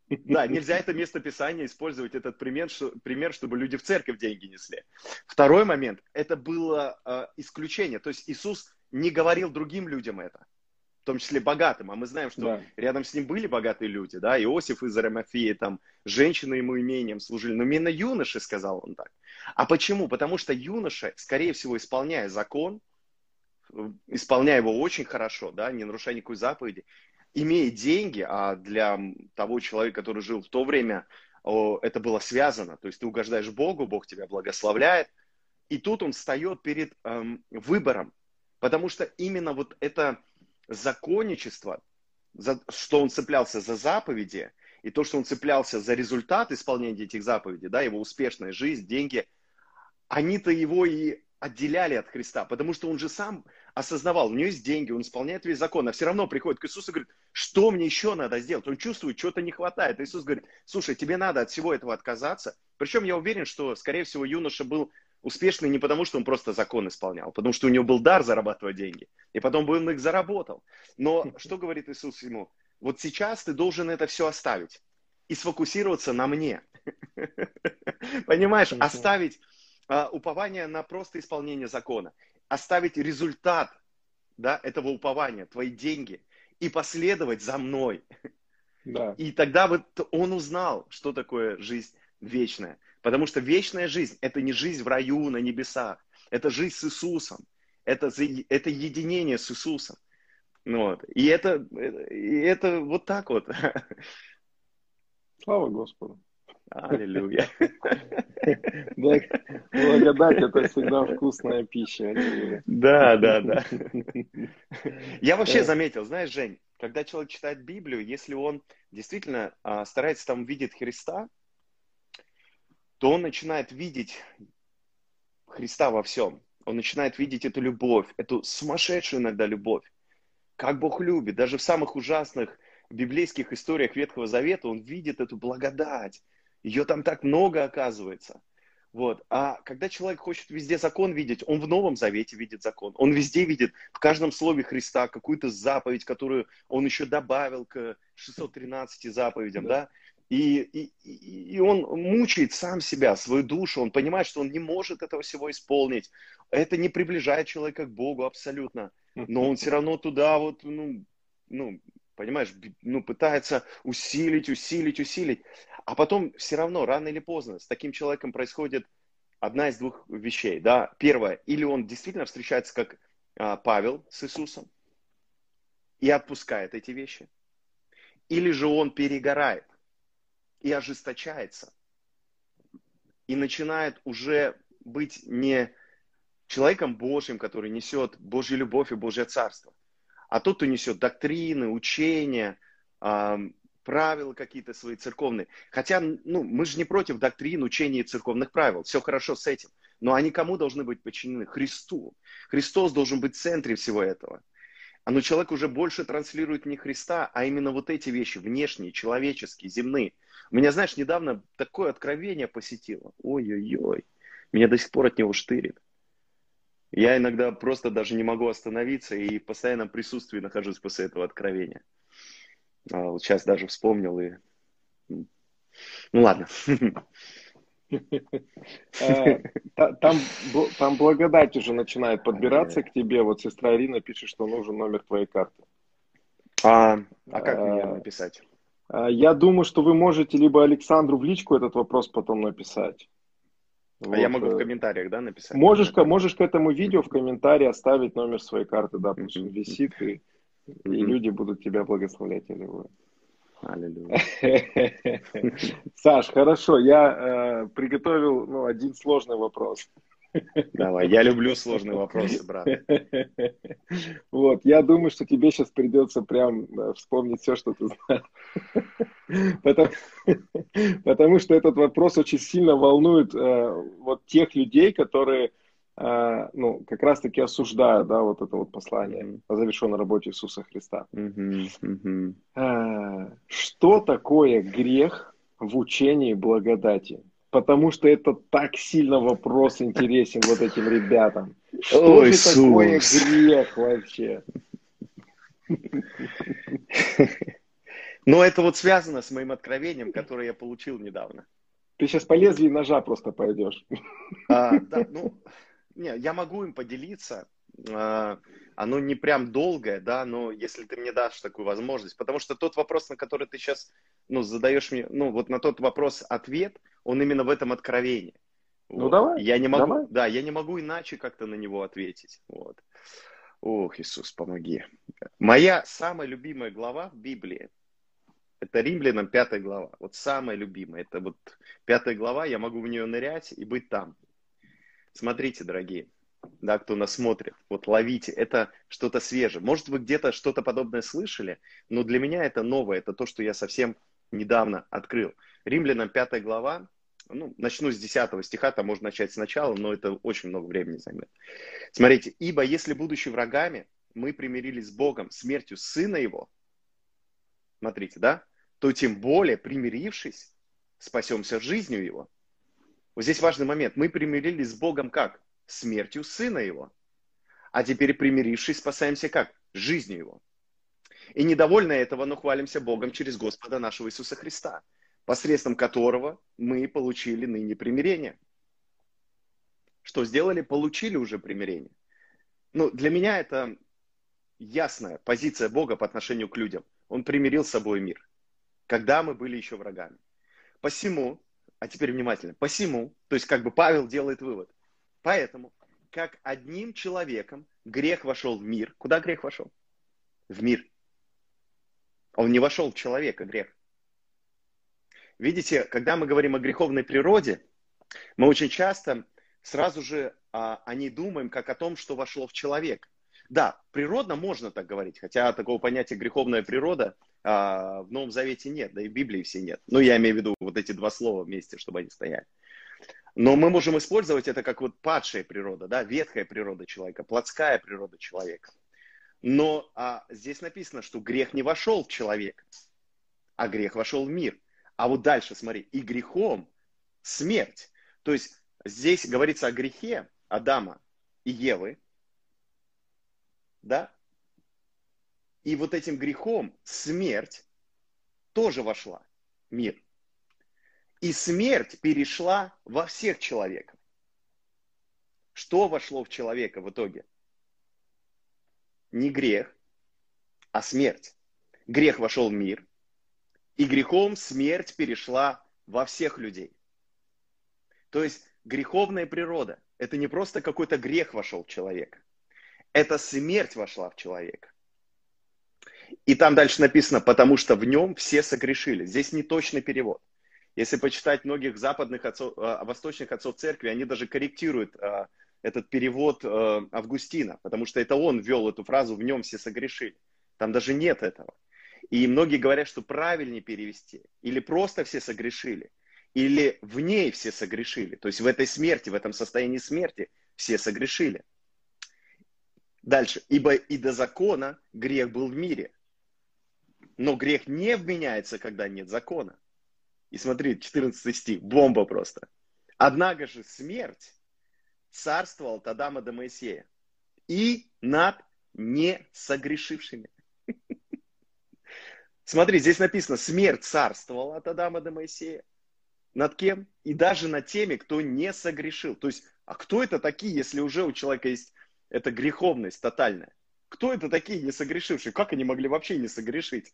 Да, нельзя это место Писания использовать, этот пример, что, пример, чтобы люди в церковь деньги несли. Второй момент, это было э, исключение. То есть Иисус не говорил другим людям это, в том числе богатым. А мы знаем, что Да. рядом с ним были богатые люди, да, Иосиф из Аримафеи, там, женщины ему имением служили. Но именно юноше сказал он так. А почему? Потому что юноша, скорее всего, исполняя закон, исполняя его очень хорошо, да, не нарушая никакой заповеди, имея деньги, а для того человека, который жил в то время, это было связано. То есть ты угождаешь Богу, Бог тебя благословляет. И тут он встает перед эм, выбором. Потому что именно вот это законничество, за, что он цеплялся за заповеди, и то, что он цеплялся за результат исполнения этих заповедей, да, его успешная жизнь, деньги, они-то его и отделяли от Христа, потому что он же сам осознавал, у него есть деньги, он исполняет весь закон, а все равно приходит к Иисусу и говорит, что мне еще надо сделать? Он чувствует, что-то не хватает. И Иисус говорит, слушай, тебе надо от всего этого отказаться. Причем я уверен, что, скорее всего, юноша был успешный не потому, что он просто закон исполнял, а потому что у него был дар зарабатывать деньги. И потом бы он их заработал. Но что говорит Иисус ему? Вот сейчас ты должен это все оставить и сфокусироваться на мне. Понимаешь, оставить упование на просто исполнение закона, оставить результат, да, этого упования, твои деньги, и последовать за мной. Да. И тогда вот он узнал, что такое жизнь вечная. Потому что вечная жизнь – это не жизнь в раю, на небесах. Это жизнь с Иисусом. Это, это единение с Иисусом. Вот. И, это, и это вот так вот. Слава Господу. Аллилуйя. Благодать – это всегда вкусная пища. Да, да, да. Я вообще заметил, знаешь, Жень, когда человек читает Библию, если он действительно а, старается там видеть Христа, то он начинает видеть Христа во всем. Он начинает видеть эту любовь, эту сумасшедшую иногда любовь. Как Бог любит. Даже в самых ужасных библейских историях Ветхого Завета он видит эту благодать. Ее там так много оказывается. Вот. А когда человек хочет везде закон видеть, он в Новом Завете видит закон. Он везде видит в каждом слове Христа какую-то заповедь, которую он еще добавил к шестьсот тринадцати заповедям. Да. Да? И, и, и он мучает сам себя, свою душу. Он понимает, что он не может этого всего исполнить. Это не приближает человека к Богу абсолютно. Но он все равно туда вот, ну, ну понимаешь, ну, пытается усилить, усилить, усилить. А потом все равно, рано или поздно, с таким человеком происходит одна из двух вещей. Да? Первое, или он действительно встречается, как а, Павел с Иисусом, и отпускает эти вещи. Или же он перегорает и ожесточается, и начинает уже быть не человеком Божьим, который несет Божью любовь и Божье Царство, а тот, кто несет доктрины, учения, правила какие-то свои церковные. Хотя, ну, мы же не против доктрин, учений и церковных правил. Все хорошо с этим. Но они кому должны быть подчинены? Христу. Христос должен быть в центре всего этого. Но человек уже больше транслирует не Христа, а именно вот эти вещи, внешние, человеческие, земные. Меня, знаешь, недавно такое откровение посетило. Ой-ой-ой. Меня до сих пор от него штырит. Я иногда просто даже не могу остановиться и в постоянном присутствии нахожусь после этого откровения. А вот сейчас даже вспомнил и... Ну ладно. Там, там благодать уже начинает подбираться к тебе. Вот сестра Ирина пишет, что нужен номер твоей карты. А, а как мне написать? Я думаю, что вы можете либо Александру в личку этот вопрос потом написать. А вот. я могу в комментариях, да, написать? Можешь, можешь к этому видео в комментарии оставить номер своей карты, да, потому что висит, и, и люди будут тебя благословлять. Аллилуйя. Саш, хорошо, я э, приготовил ну, один сложный вопрос. Давай, я люблю сложные вопросы, брат. Вот, я думаю, что тебе сейчас придется прям да, вспомнить все, что ты знаешь. Потому, потому что этот вопрос очень сильно волнует э, вот тех людей, которые э, ну, как раз-таки осуждают, да, вот это вот послание mm-hmm. о завершенной работе Иисуса Христа. Mm-hmm. Mm-hmm. Э, что такое грех в учении благодати? Потому что это так сильно вопрос интересен вот этим ребятам. Что Ой, же Иисус. Такое грех вообще? Но это вот связано с моим откровением, которое я получил недавно. Ты сейчас по лезвию ножа просто пойдешь. А, да, ну, не, я могу им поделиться. А, оно не прям долгое, да, но если ты мне дашь такую возможность. Потому что тот вопрос, на который ты сейчас, ну, задаешь мне, ну, вот на тот вопрос ответ, он именно в этом откровении. Ну Вот. давай, Я не могу, давай. да, я не могу иначе как-то на него ответить. Вот. Ох, Иисус, помоги. Моя самая любимая глава в Библии — это Римлянам пятая глава. Вот самая любимая. Это вот пятая глава, я могу в нее нырять и быть там. Смотрите, дорогие, да, кто нас смотрит, вот ловите, это что-то свежее. Может, вы где-то что-то подобное слышали, но для меня это новое, это то, что я совсем недавно открыл. Римлянам пятая глава, ну, начну с десятого стиха, там можно начать сначала, но это очень много времени займет. Смотрите, ибо если, будучи врагами, мы примирились с Богом смертью Сына Его, смотрите, да, то тем более, примирившись, спасемся жизнью Его. Вот здесь важный момент. Мы примирились с Богом как? Смертью Сына Его. А теперь, примирившись, спасаемся как? Жизнью Его. И недовольны этого, но хвалимся Богом через Господа нашего Иисуса Христа, посредством которого мы получили ныне примирение. Что сделали? Получили уже примирение. Ну, для меня это ясная позиция Бога по отношению к людям. Он примирил с собой мир, когда мы были еще врагами. Посему, а теперь внимательно, посему, то есть как бы Павел делает вывод. Поэтому, как одним человеком грех вошел в мир. Куда грех вошел? В мир. Он не вошел в человека, грех. Видите, когда мы говорим о греховной природе, мы очень часто сразу же а, о ней думаем, как о том, что вошло в человека. Да, природно можно так говорить, хотя такого понятия греховная природа а, в Новом Завете нет, да и в Библии все нет. Ну, я имею в виду вот эти два слова вместе, чтобы они стояли. Но мы можем использовать это как вот падшая природа, да, ветхая природа человека, плотская природа человека. Но а, здесь написано, что грех не вошел в человека, а грех вошел в мир. А вот дальше, смотри, и грехом смерть. То есть здесь говорится о грехе Адама и Евы, да? И вот этим грехом смерть тоже вошла в мир. И смерть перешла во всех человеков. Что вошло в человека в итоге? Не грех, а смерть. Грех вошел в мир, и грехом смерть перешла во всех людей. То есть греховная природа — это не просто какой-то грех вошел в человека. Это смерть вошла в человека. И там дальше написано, потому что в нем все согрешили. Здесь неточный перевод. Если почитать многих западных отцов, восточных отцов церкви, они даже корректируют этот перевод Августина, потому что это он ввел эту фразу «в нем все согрешили». Там даже нет этого. И многие говорят, что правильнее перевести. Или просто все согрешили, или в ней все согрешили. То есть в этой смерти, в этом состоянии смерти все согрешили. Дальше. Ибо и до закона грех был в мире. Но грех не вменяется, когда нет закона. И смотри, четырнадцатый стих, бомба просто. Однако же смерть царствовала от Адама до Моисея и над несогрешившими. Смотри, здесь написано, смерть царствовала от Адама до Моисея. Над кем? И даже над теми, кто не согрешил. То есть, а кто это такие, если уже у человека есть эта греховность тотальная? Кто это такие не согрешившие? Как они могли вообще не согрешить?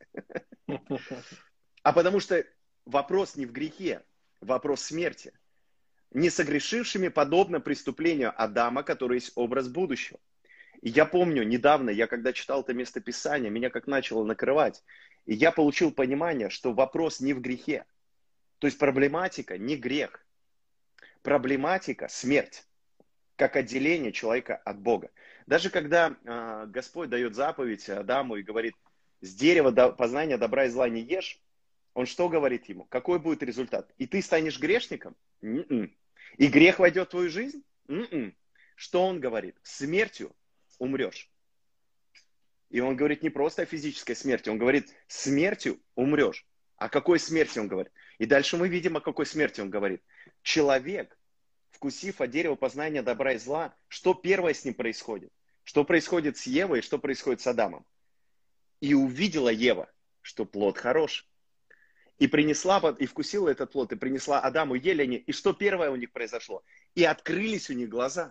А потому что вопрос не в грехе, вопрос смерти. Не согрешившими подобно преступлению Адама, который есть образ будущего. И я помню, недавно, я когда читал это местописание, меня как начало накрывать. И я получил понимание, что вопрос не в грехе. То есть проблематика не грех. Проблематика смерть. Как отделение человека от Бога. Даже когда э, Господь дает заповедь Адаму и говорит, с дерева до познания добра и зла не ешь, он что говорит ему? Какой будет результат? И ты станешь грешником? Н-н. И грех войдет в твою жизнь? Н-н. Что он говорит? Смертью умрешь. И он говорит не просто о физической смерти, он говорит, смертью умрешь. О какой смерти он говорит? И дальше мы видим, о какой смерти он говорит. Человек, вкусив от дерева познания добра и зла, что первое с ним происходит? Что происходит с Евой и что происходит с Адамом? И увидела Ева, что плод хорош. И принесла, и вкусила этот плод, и принесла Адаму, ели они. И что первое у них произошло? И открылись у них глаза.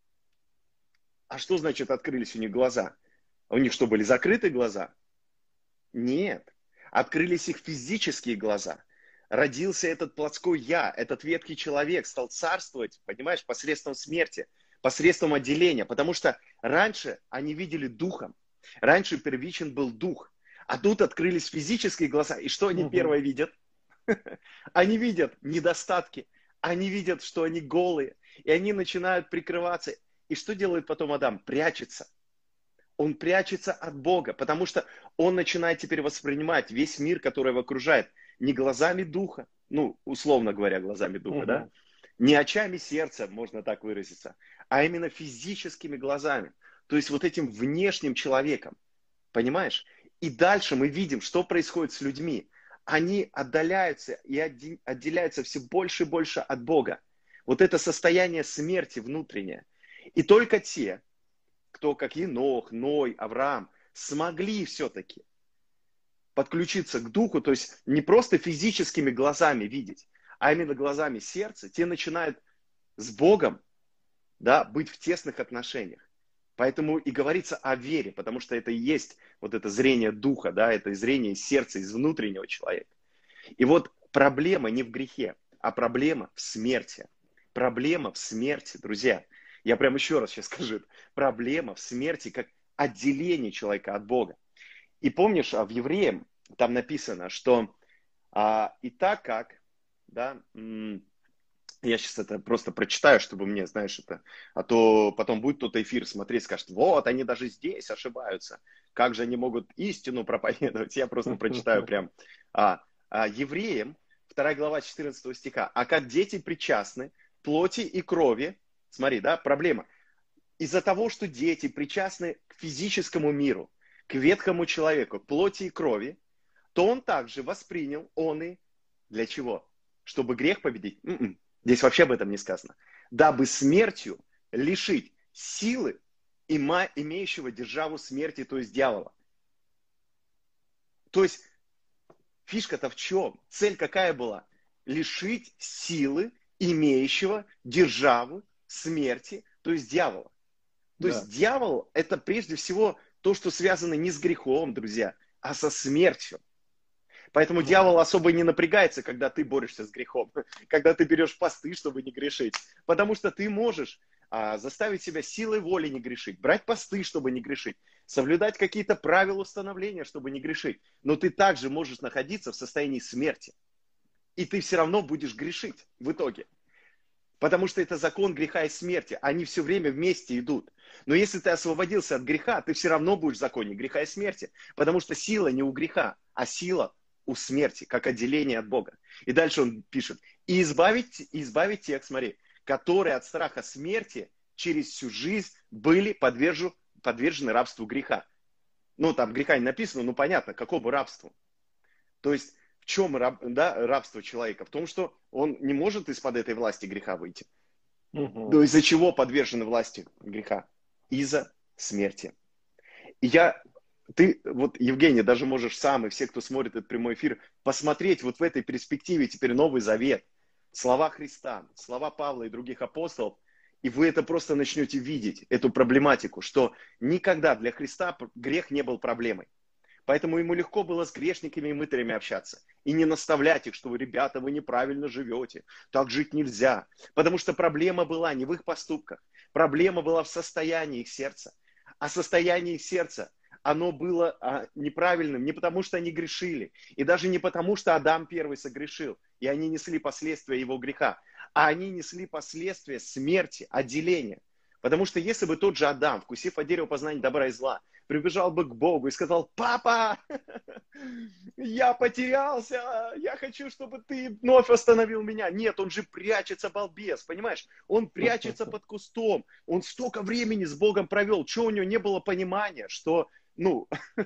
А что значит открылись у них глаза? У них что, были закрыты глаза? Нет. Открылись их физические глаза. Родился этот плотской я, этот ветхий человек стал царствовать, понимаешь, посредством смерти, посредством отделения. Потому что раньше они видели духом. Раньше первичен был дух. А тут открылись физические глаза. И что они Угу. первое видят? Они видят недостатки. Они видят, что они голые. И они начинают прикрываться. И что делает потом Адам? Прячется. Он прячется от Бога, потому что он начинает теперь воспринимать весь мир, который его окружает, не глазами духа, ну, условно говоря, глазами духа, Угу. да, не очами сердца, можно так выразиться, а именно физическими глазами, то есть вот этим внешним человеком, понимаешь? И дальше мы видим, что происходит с людьми. Они отдаляются и отделяются все больше и больше от Бога. Вот это состояние смерти внутреннее. И только те, кто, как Енох, Ной, Авраам, смогли все-таки подключиться к духу, то есть не просто физическими глазами видеть, а именно глазами сердца, те начинают с Богом, да, быть в тесных отношениях. Поэтому и говорится о вере, потому что это и есть вот это зрение духа, да, это зрение сердца, из внутреннего человека. И вот проблема не в грехе, а проблема в смерти. Проблема в смерти, друзья. Я прям еще раз сейчас скажу. Проблема в смерти как отделение человека от Бога. И помнишь, в Евреям там написано, что а, и так как, да, я сейчас это просто прочитаю, чтобы мне, знаешь, это, а то потом будет кто-то эфир смотреть, скажет, вот, они даже здесь ошибаются, как же они могут истину проповедовать, я просто прочитаю прям. А, а, Евреям, вторая глава четырнадцатого стиха, а как дети причастны плоти и крови, смотри, да, проблема, из-за того, что дети причастны к физическому миру, к ветхому человеку, к плоти и крови, то он также воспринял он и для чего? Чтобы грех победить? М-м. Здесь вообще об этом не сказано. Дабы смертью лишить силы има, имеющего державу смерти, то есть дьявола. То есть фишка-то в чем? Цель какая была? Лишить силы имеющего державу смерти, то есть дьявола. То Да. есть дьявол это прежде всего то, что связано не с грехом, друзья, а со смертью. Поэтому дьявол особо не напрягается, когда ты борешься с грехом, когда ты берешь посты, чтобы не грешить. Потому что ты можешь а, заставить себя силой воли не грешить, брать посты, чтобы не грешить, соблюдать какие-то правила установления, чтобы не грешить. Но ты также можешь находиться в состоянии смерти. И ты все равно будешь грешить в итоге. Потому что это закон греха и смерти. Они все время вместе идут. Но если ты освободился от греха, ты все равно будешь в законе греха и смерти. Потому что сила не у греха, а сила у смерти, как отделение от Бога. И дальше он пишет, и избавить, избавить тех, смотри, которые от страха смерти через всю жизнь были подвержены, подвержены рабству греха. Ну, там греха не написано, ну, понятно, какому рабству. То есть, в чем раб, да, рабство человека? В том, что он не может из-под этой власти греха выйти. Угу. Но из-за чего подвержены власти греха? Из-за смерти. И я... Ты, вот, Евгений, даже можешь сам и все, кто смотрит этот прямой эфир, посмотреть вот в этой перспективе теперь Новый Завет, слова Христа, слова Павла и других апостолов, и вы это просто начнете видеть, эту проблематику, что никогда для Христа грех не был проблемой. Поэтому ему легко было с грешниками и мытарями общаться. И не наставлять их, что вы, ребята, вы неправильно живете. Так жить нельзя. Потому что проблема была не в их поступках. Проблема была в состоянии их сердца. А состояние их сердца, оно было а, неправильным не потому, что они грешили. И даже не потому, что Адам первый согрешил. И они несли последствия его греха. А они несли последствия смерти, отделения. Потому что если бы тот же Адам, вкусив от дерева познания добра и зла, прибежал бы к Богу и сказал: папа, я потерялся, я хочу, чтобы ты вновь остановил меня. Нет, он же прячется, балбес, понимаешь? Он прячется под кустом, он столько времени с Богом провел, что у него не было понимания, что, ну,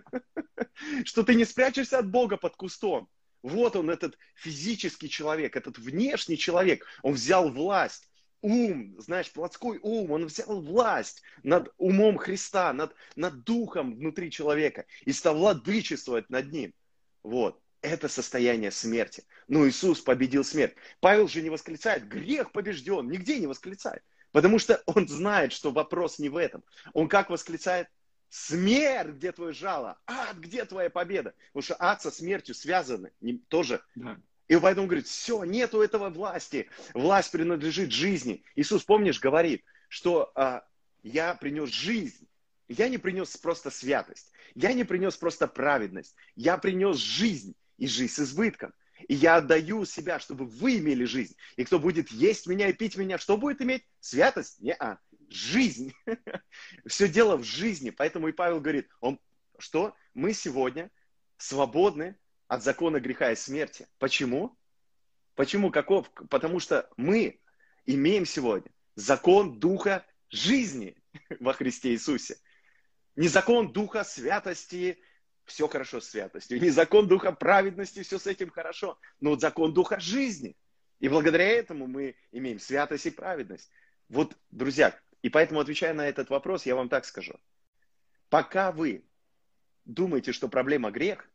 что ты не спрячешься от Бога под кустом. Вот он, этот физический человек, этот внешний человек, он взял власть. Ум, знаешь, плотской ум, он взял власть над умом Христа, над, над духом внутри человека и стал владычествовать над ним. Вот. Это состояние смерти. Но Иисус победил смерть. Павел же не восклицает: грех побежден, нигде не восклицает. Потому что он знает, что вопрос не в этом. Он как восклицает: смерть, где твое жало? Ад, где твоя победа? Потому что ад со смертью связаны не, тоже. Да. И поэтому говорит: все, нету этого власти. Власть принадлежит жизни. Иисус, помнишь, говорит, что а, я принес жизнь. Я не принес просто святость. Я не принес просто праведность. Я принес жизнь. И жизнь с избытком. И я отдаю себя, чтобы вы имели жизнь. И кто будет есть меня и пить меня, что будет иметь? Святость? Не-а. Жизнь. Все дело в жизни. Поэтому и Павел говорит, он, что мы сегодня свободны от закона греха и смерти. Почему? Почему? Каков? Потому что мы имеем сегодня закон Духа жизни во Христе Иисусе. Не закон Духа святости, все хорошо с святостью. Не закон Духа праведности, все с этим хорошо. Но вот закон Духа жизни. И благодаря этому мы имеем святость и праведность. Вот, друзья, и поэтому, отвечая на этот вопрос, я вам так скажу. Пока вы думаете, что проблема грех,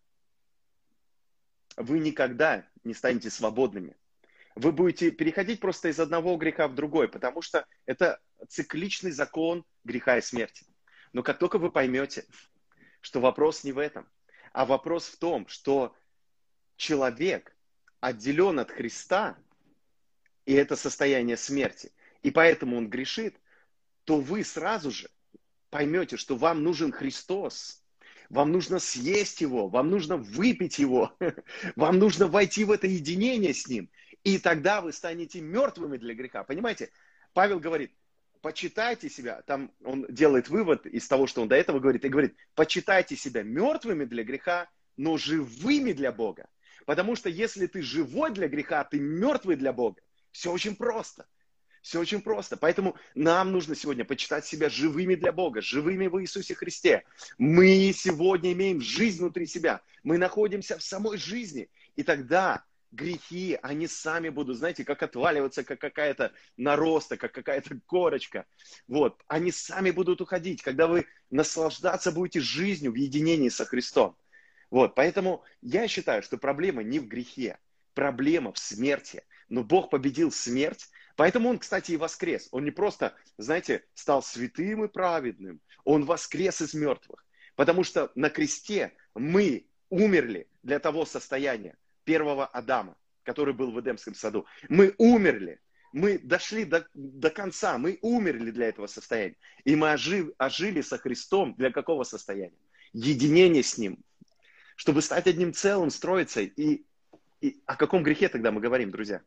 вы никогда не станете свободными. Вы будете переходить просто из одного греха в другой, потому что это цикличный закон греха и смерти. Но как только вы поймете, что вопрос не в этом, а вопрос в том, что человек отделен от Христа, и это состояние смерти, и поэтому он грешит, то вы сразу же поймете, что вам нужен Христос, вам нужно съесть Его, вам нужно выпить Его, вам нужно войти в это единение с Ним, и тогда вы станете мертвыми для греха. Понимаете? Павел говорит, почитайте себя, там он делает вывод из того, что он до этого говорит, и говорит, почитайте себя мертвыми для греха, но живыми для Бога. Потому что если ты живой для греха, ты мертвый для Бога. Все очень просто. Все очень просто. Поэтому нам нужно сегодня почитать себя живыми для Бога, живыми в Иисусе Христе. Мы сегодня имеем жизнь внутри себя. Мы находимся в самой жизни. И тогда грехи, они сами будут, знаете, как отваливаться, как какая-то нароста, как какая-то корочка. Вот. Они сами будут уходить, когда вы наслаждаться будете жизнью в единении со Христом. Вот. Поэтому я считаю, что проблема не в грехе, проблема в смерти. Но Бог победил смерть, поэтому Он, кстати, и воскрес. Он не просто, знаете, стал святым и праведным, Он воскрес из мертвых. Потому что на кресте мы умерли для того состояния первого Адама, который был в Эдемском саду. Мы умерли, мы дошли до, до конца, мы умерли для этого состояния. И мы ожив, ожили со Христом для какого состояния? Единение с Ним. Чтобы стать одним целым, строиться. И, и о каком грехе тогда мы говорим, друзья?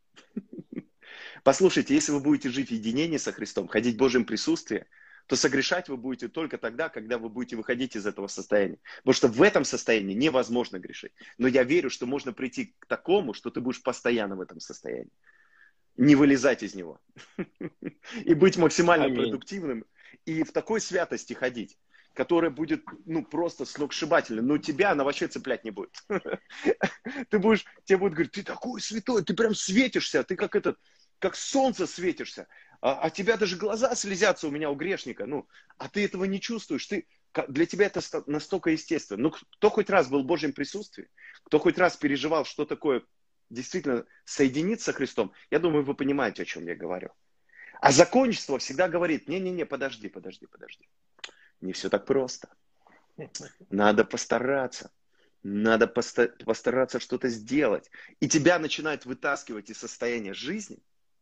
Послушайте, если вы будете жить в единении со Христом, ходить в Божьем присутствии, то согрешать вы будете только тогда, когда вы будете выходить из этого состояния. Потому что в этом состоянии невозможно грешить. Но я верю, что можно прийти к такому, что ты будешь постоянно в этом состоянии. Не вылезать из него. И быть максимально Аминь. продуктивным. И в такой святости ходить, которая будет, ну, просто сногсшибательной. Но тебя она вообще цеплять не будет. Ты будешь, тебе будут говорить, ты такой святой, ты прям светишься, ты как этот, как солнце светишься. А, а тебя даже глаза слезятся у меня, у грешника. Ну, а ты этого не чувствуешь. Ты, для тебя это настолько естественно. Ну, кто хоть раз был в Божьем присутствии, кто хоть раз переживал, что такое действительно соединиться со Христом, я думаю, вы понимаете, о чем я говорю. А законничество всегда говорит, не-не-не, подожди, подожди, подожди. Не все так просто. Надо постараться. Надо поста- постараться что-то сделать. И тебя начинают вытаскивать из состояния жизни,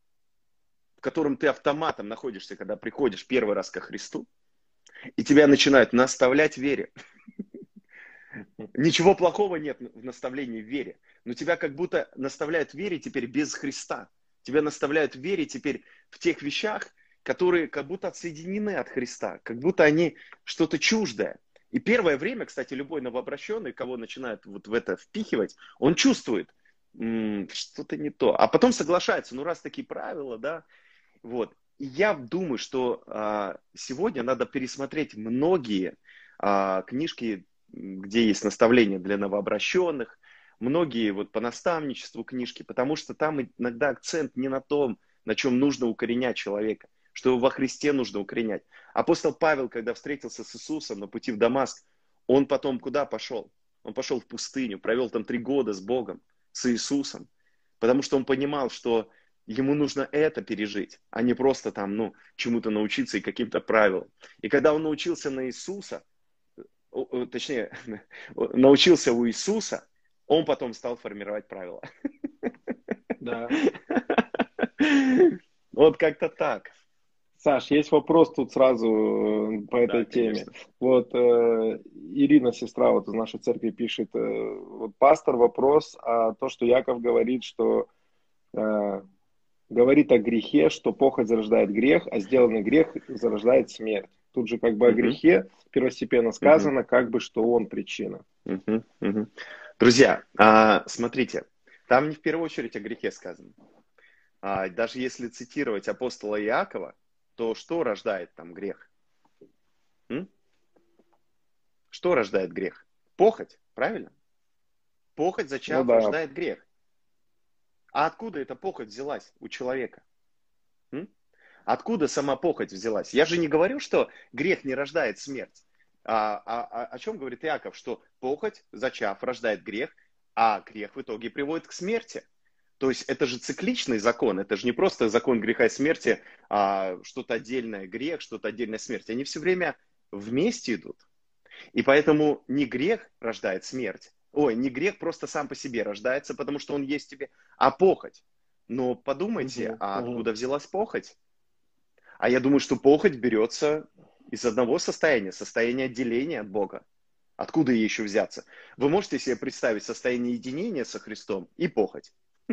в котором ты автоматом находишься, когда приходишь первый раз ко Христу, и тебя начинают наставлять в вере. Ничего плохого нет в наставлении в вере, но тебя как будто наставляют в вере теперь без Христа. Тебя наставляют в вере теперь в тех вещах, которые как будто отсоединены от Христа, как будто они что-то чуждое. И первое время, кстати, любой новообращенный, кого начинают вот в это впихивать, он чувствует, м- что-то не то. А потом соглашается, ну раз такие правила, да, вот. И я думаю, что а, сегодня надо пересмотреть многие а, книжки, где есть наставления для новообращенных, многие вот по наставничеству книжки, потому что там иногда акцент не на том, на чем нужно укоренять человека, что во Христе нужно укоренять. Апостол Павел, когда встретился с Иисусом на пути в Дамаск, он потом куда пошел? Он пошел в пустыню, провел там три года с Богом, с Иисусом, потому что он понимал, что ему нужно это пережить, а не просто там, ну, чему-то научиться и каким-то правилам. И когда он научился на Иисуса, точнее, научился у Иисуса, он потом стал формировать правила. Да. Вот как-то так. Саш, есть вопрос тут сразу по этой Да, теме. конечно. Вот э, Ирина, сестра вот из нашей церкви, пишет, э, вот пастор, вопрос, а то, что Яков говорит, что э, говорит о грехе, что похоть зарождает грех, а сделанный грех зарождает смерть. Тут же как бы о Мгм, грехе первостепенно мгм, сказано, как бы, что он причина. мгм, мгм. Друзья, а, смотрите, там не в первую очередь о грехе сказано. А, даже если цитировать апостола Иакова, то что рождает там грех? М? Что рождает грех? Похоть, правильно? Похоть, Ну зачав, да. рождает грех. А откуда эта похоть взялась у человека? М? Откуда сама похоть взялась? Я же не говорю, что грех не рождает смерть. А, а, а о чем говорит Иаков? Что похоть, зачав, рождает грех, а грех в итоге приводит к смерти. То есть это же цикличный закон, это же не просто закон греха и смерти, а что-то отдельное грех, что-то отдельная смерть. Они все время вместе идут. И поэтому не грех рождает смерть. Ой, не грех просто сам по себе рождается, потому что он есть в тебе, а похоть. Но подумайте, Мгм, а мгм. откуда взялась похоть? А я думаю, что похоть берется из одного состояния, состояния отделения от Бога. Откуда ей еще взяться? Вы можете себе представить состояние единения со Христом и похоть?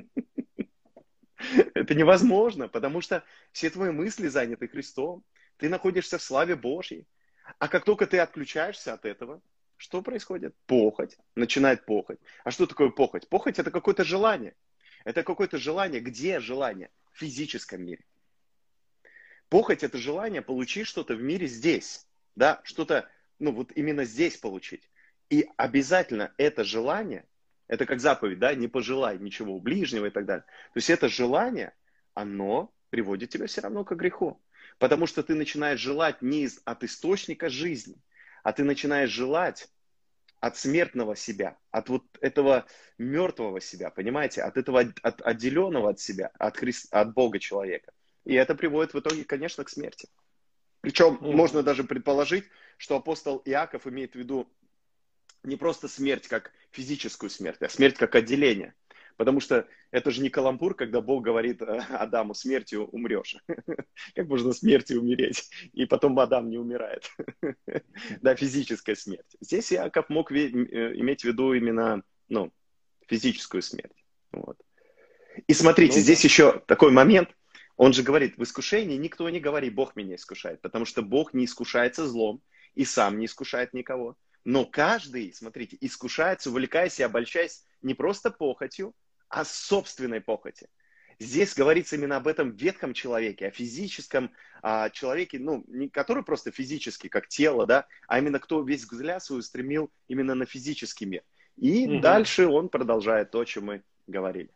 Это невозможно, потому что все твои мысли заняты Христом. Ты находишься в славе Божьей. А как только ты отключаешься от этого, что происходит? Похоть. Начинает похоть. А что такое похоть? Похоть – это какое-то желание. Это какое-то желание. Где желание? В физическом мире. Похоть – это желание получить что-то в мире здесь. Да, что-то, ну вот именно здесь получить. И обязательно это желание, это как заповедь, да, не пожелай ничего у ближнего и так далее. То есть это желание, оно приводит тебя все равно к греху. Потому что ты начинаешь желать не из, от источника жизни, а ты начинаешь желать от смертного себя, от вот этого мертвого себя, понимаете, от этого от, отделенного от себя, от, Христ, от Бога человека. И это приводит в итоге, конечно, к смерти. Причем можно Мгм. даже предположить, что апостол Иаков имеет в виду не просто смерть как физическую смерть, а смерть как отделение. Потому что это же не каламбур, когда Бог говорит Адаму, смертью умрешь. Как можно смертью умереть? И потом Адам не умирает. Да, физическая смерть. Здесь Иаков мог иметь в виду именно ну, физическую смерть. Вот. И смотрите, Ну здесь да. еще такой момент. Он же говорит, в искушении никто не говорит, Бог меня искушает, потому что Бог не искушается злом и сам не искушает никого. Но каждый, смотрите, искушается, увлекаясь и обольщаясь не просто похотью, а собственной похоти. Здесь говорится именно об этом ветхом человеке, о физическом а, человеке, ну, не который просто физически, как тело, да, а именно кто весь взгляд свой устремил именно на физический мир. И Мгм. дальше он продолжает то, о чем мы говорили.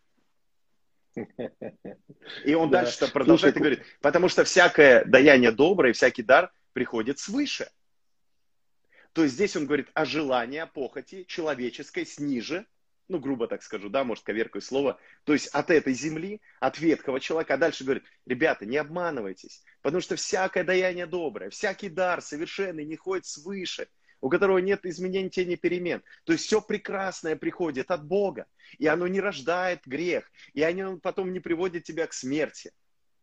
И он Да. дальше Слушай, продолжает и ку- говорит, потому что всякое даяние доброе, всякий дар приходит свыше. То есть здесь он говорит о желании, о похоти человеческой сниже, ну, грубо так скажу, да, может, коверкаю слово, то есть от этой земли, от ветхого человека. А дальше говорит, ребята, не обманывайтесь, потому что всякое даяние доброе, всякий дар совершенный не ходит свыше, у которого нет изменений, тени перемен. То есть все прекрасное приходит от Бога, и оно не рождает грех, и оно потом не приводит тебя к смерти.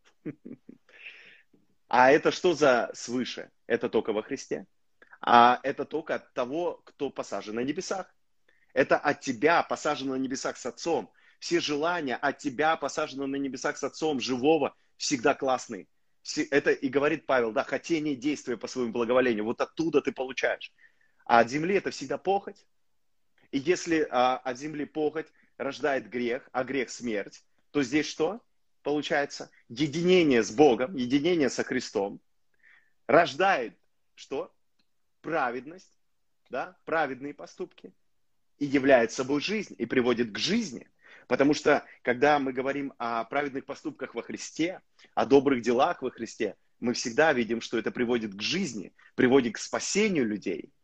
А это что за свыше? Это только во Христе. А это только от того, кто посажен на небесах. Это от тебя посажено на небесах с Отцом. Все желания от тебя посажено на небесах с Отцом, живого, всегда классные. Это и говорит Павел, да, хотение действия по своему благоволению. Вот оттуда ты получаешь. А от земли это всегда похоть. И если а, от земли похоть рождает грех, а грех смерть, то здесь что получается? Единение с Богом, единение со Христом рождает что? Праведность, да, праведные поступки, и являет собой жизнь, и приводит к жизни. Потому что, когда мы говорим о праведных поступках во Христе, о добрых делах во Христе, мы всегда видим, что это приводит к жизни, приводит к спасению людей.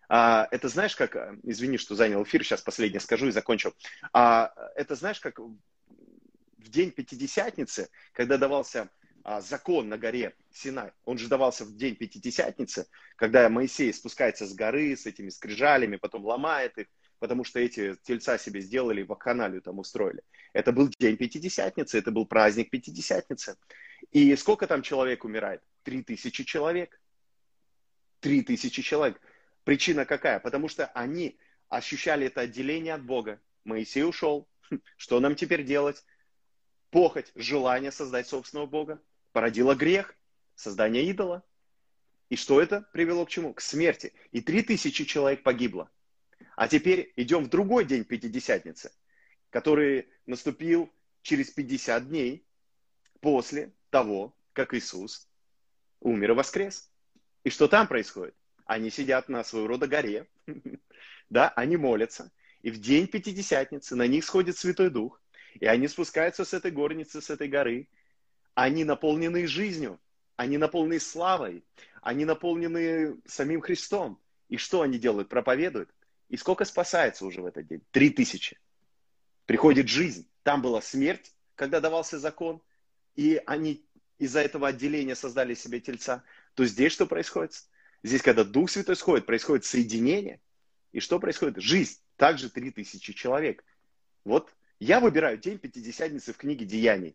А, это знаешь, как, а, извини, что занял эфир, сейчас последнее скажу и закончу. А, это знаешь, как в день Пятидесятницы, когда давался а, закон на горе Синай, он же давался в день Пятидесятницы, когда Моисей спускается с горы с этими скрижалями, потом ломает их, потому что эти тельца себе сделали, вакханалию там устроили. Это был день Пятидесятницы, это был праздник Пятидесятницы. И сколько там человек умирает? Три тысячи человек. Три тысячи человек. Причина какая? Потому что они ощущали это отделение от Бога. Моисей ушел. Что нам теперь делать? Похоть, желание создать собственного Бога породило грех, создание идола. И что это привело к чему? К смерти. И три тысячи человек погибло. А теперь идем в другой день Пятидесятницы, который наступил через пятьдесят дней после того, как Иисус умер и воскрес. И что там происходит? Они сидят на своего рода горе, да, они молятся, и в день Пятидесятницы на них сходит Святой Дух, и они спускаются с этой горницы, с этой горы, они наполнены жизнью, они наполнены славой, они наполнены самим Христом. И что они делают? Проповедуют. И сколько спасается уже в этот день? Три тысячи. Приходит жизнь. Там была смерть, когда давался закон, и они из-за этого отделения создали себе тельца. То здесь что происходит? Здесь, когда Дух Святой сходит, происходит соединение. И что происходит? Жизнь. Также три тысячи человек. Вот я выбираю день Пятидесятницы в книге Деяний.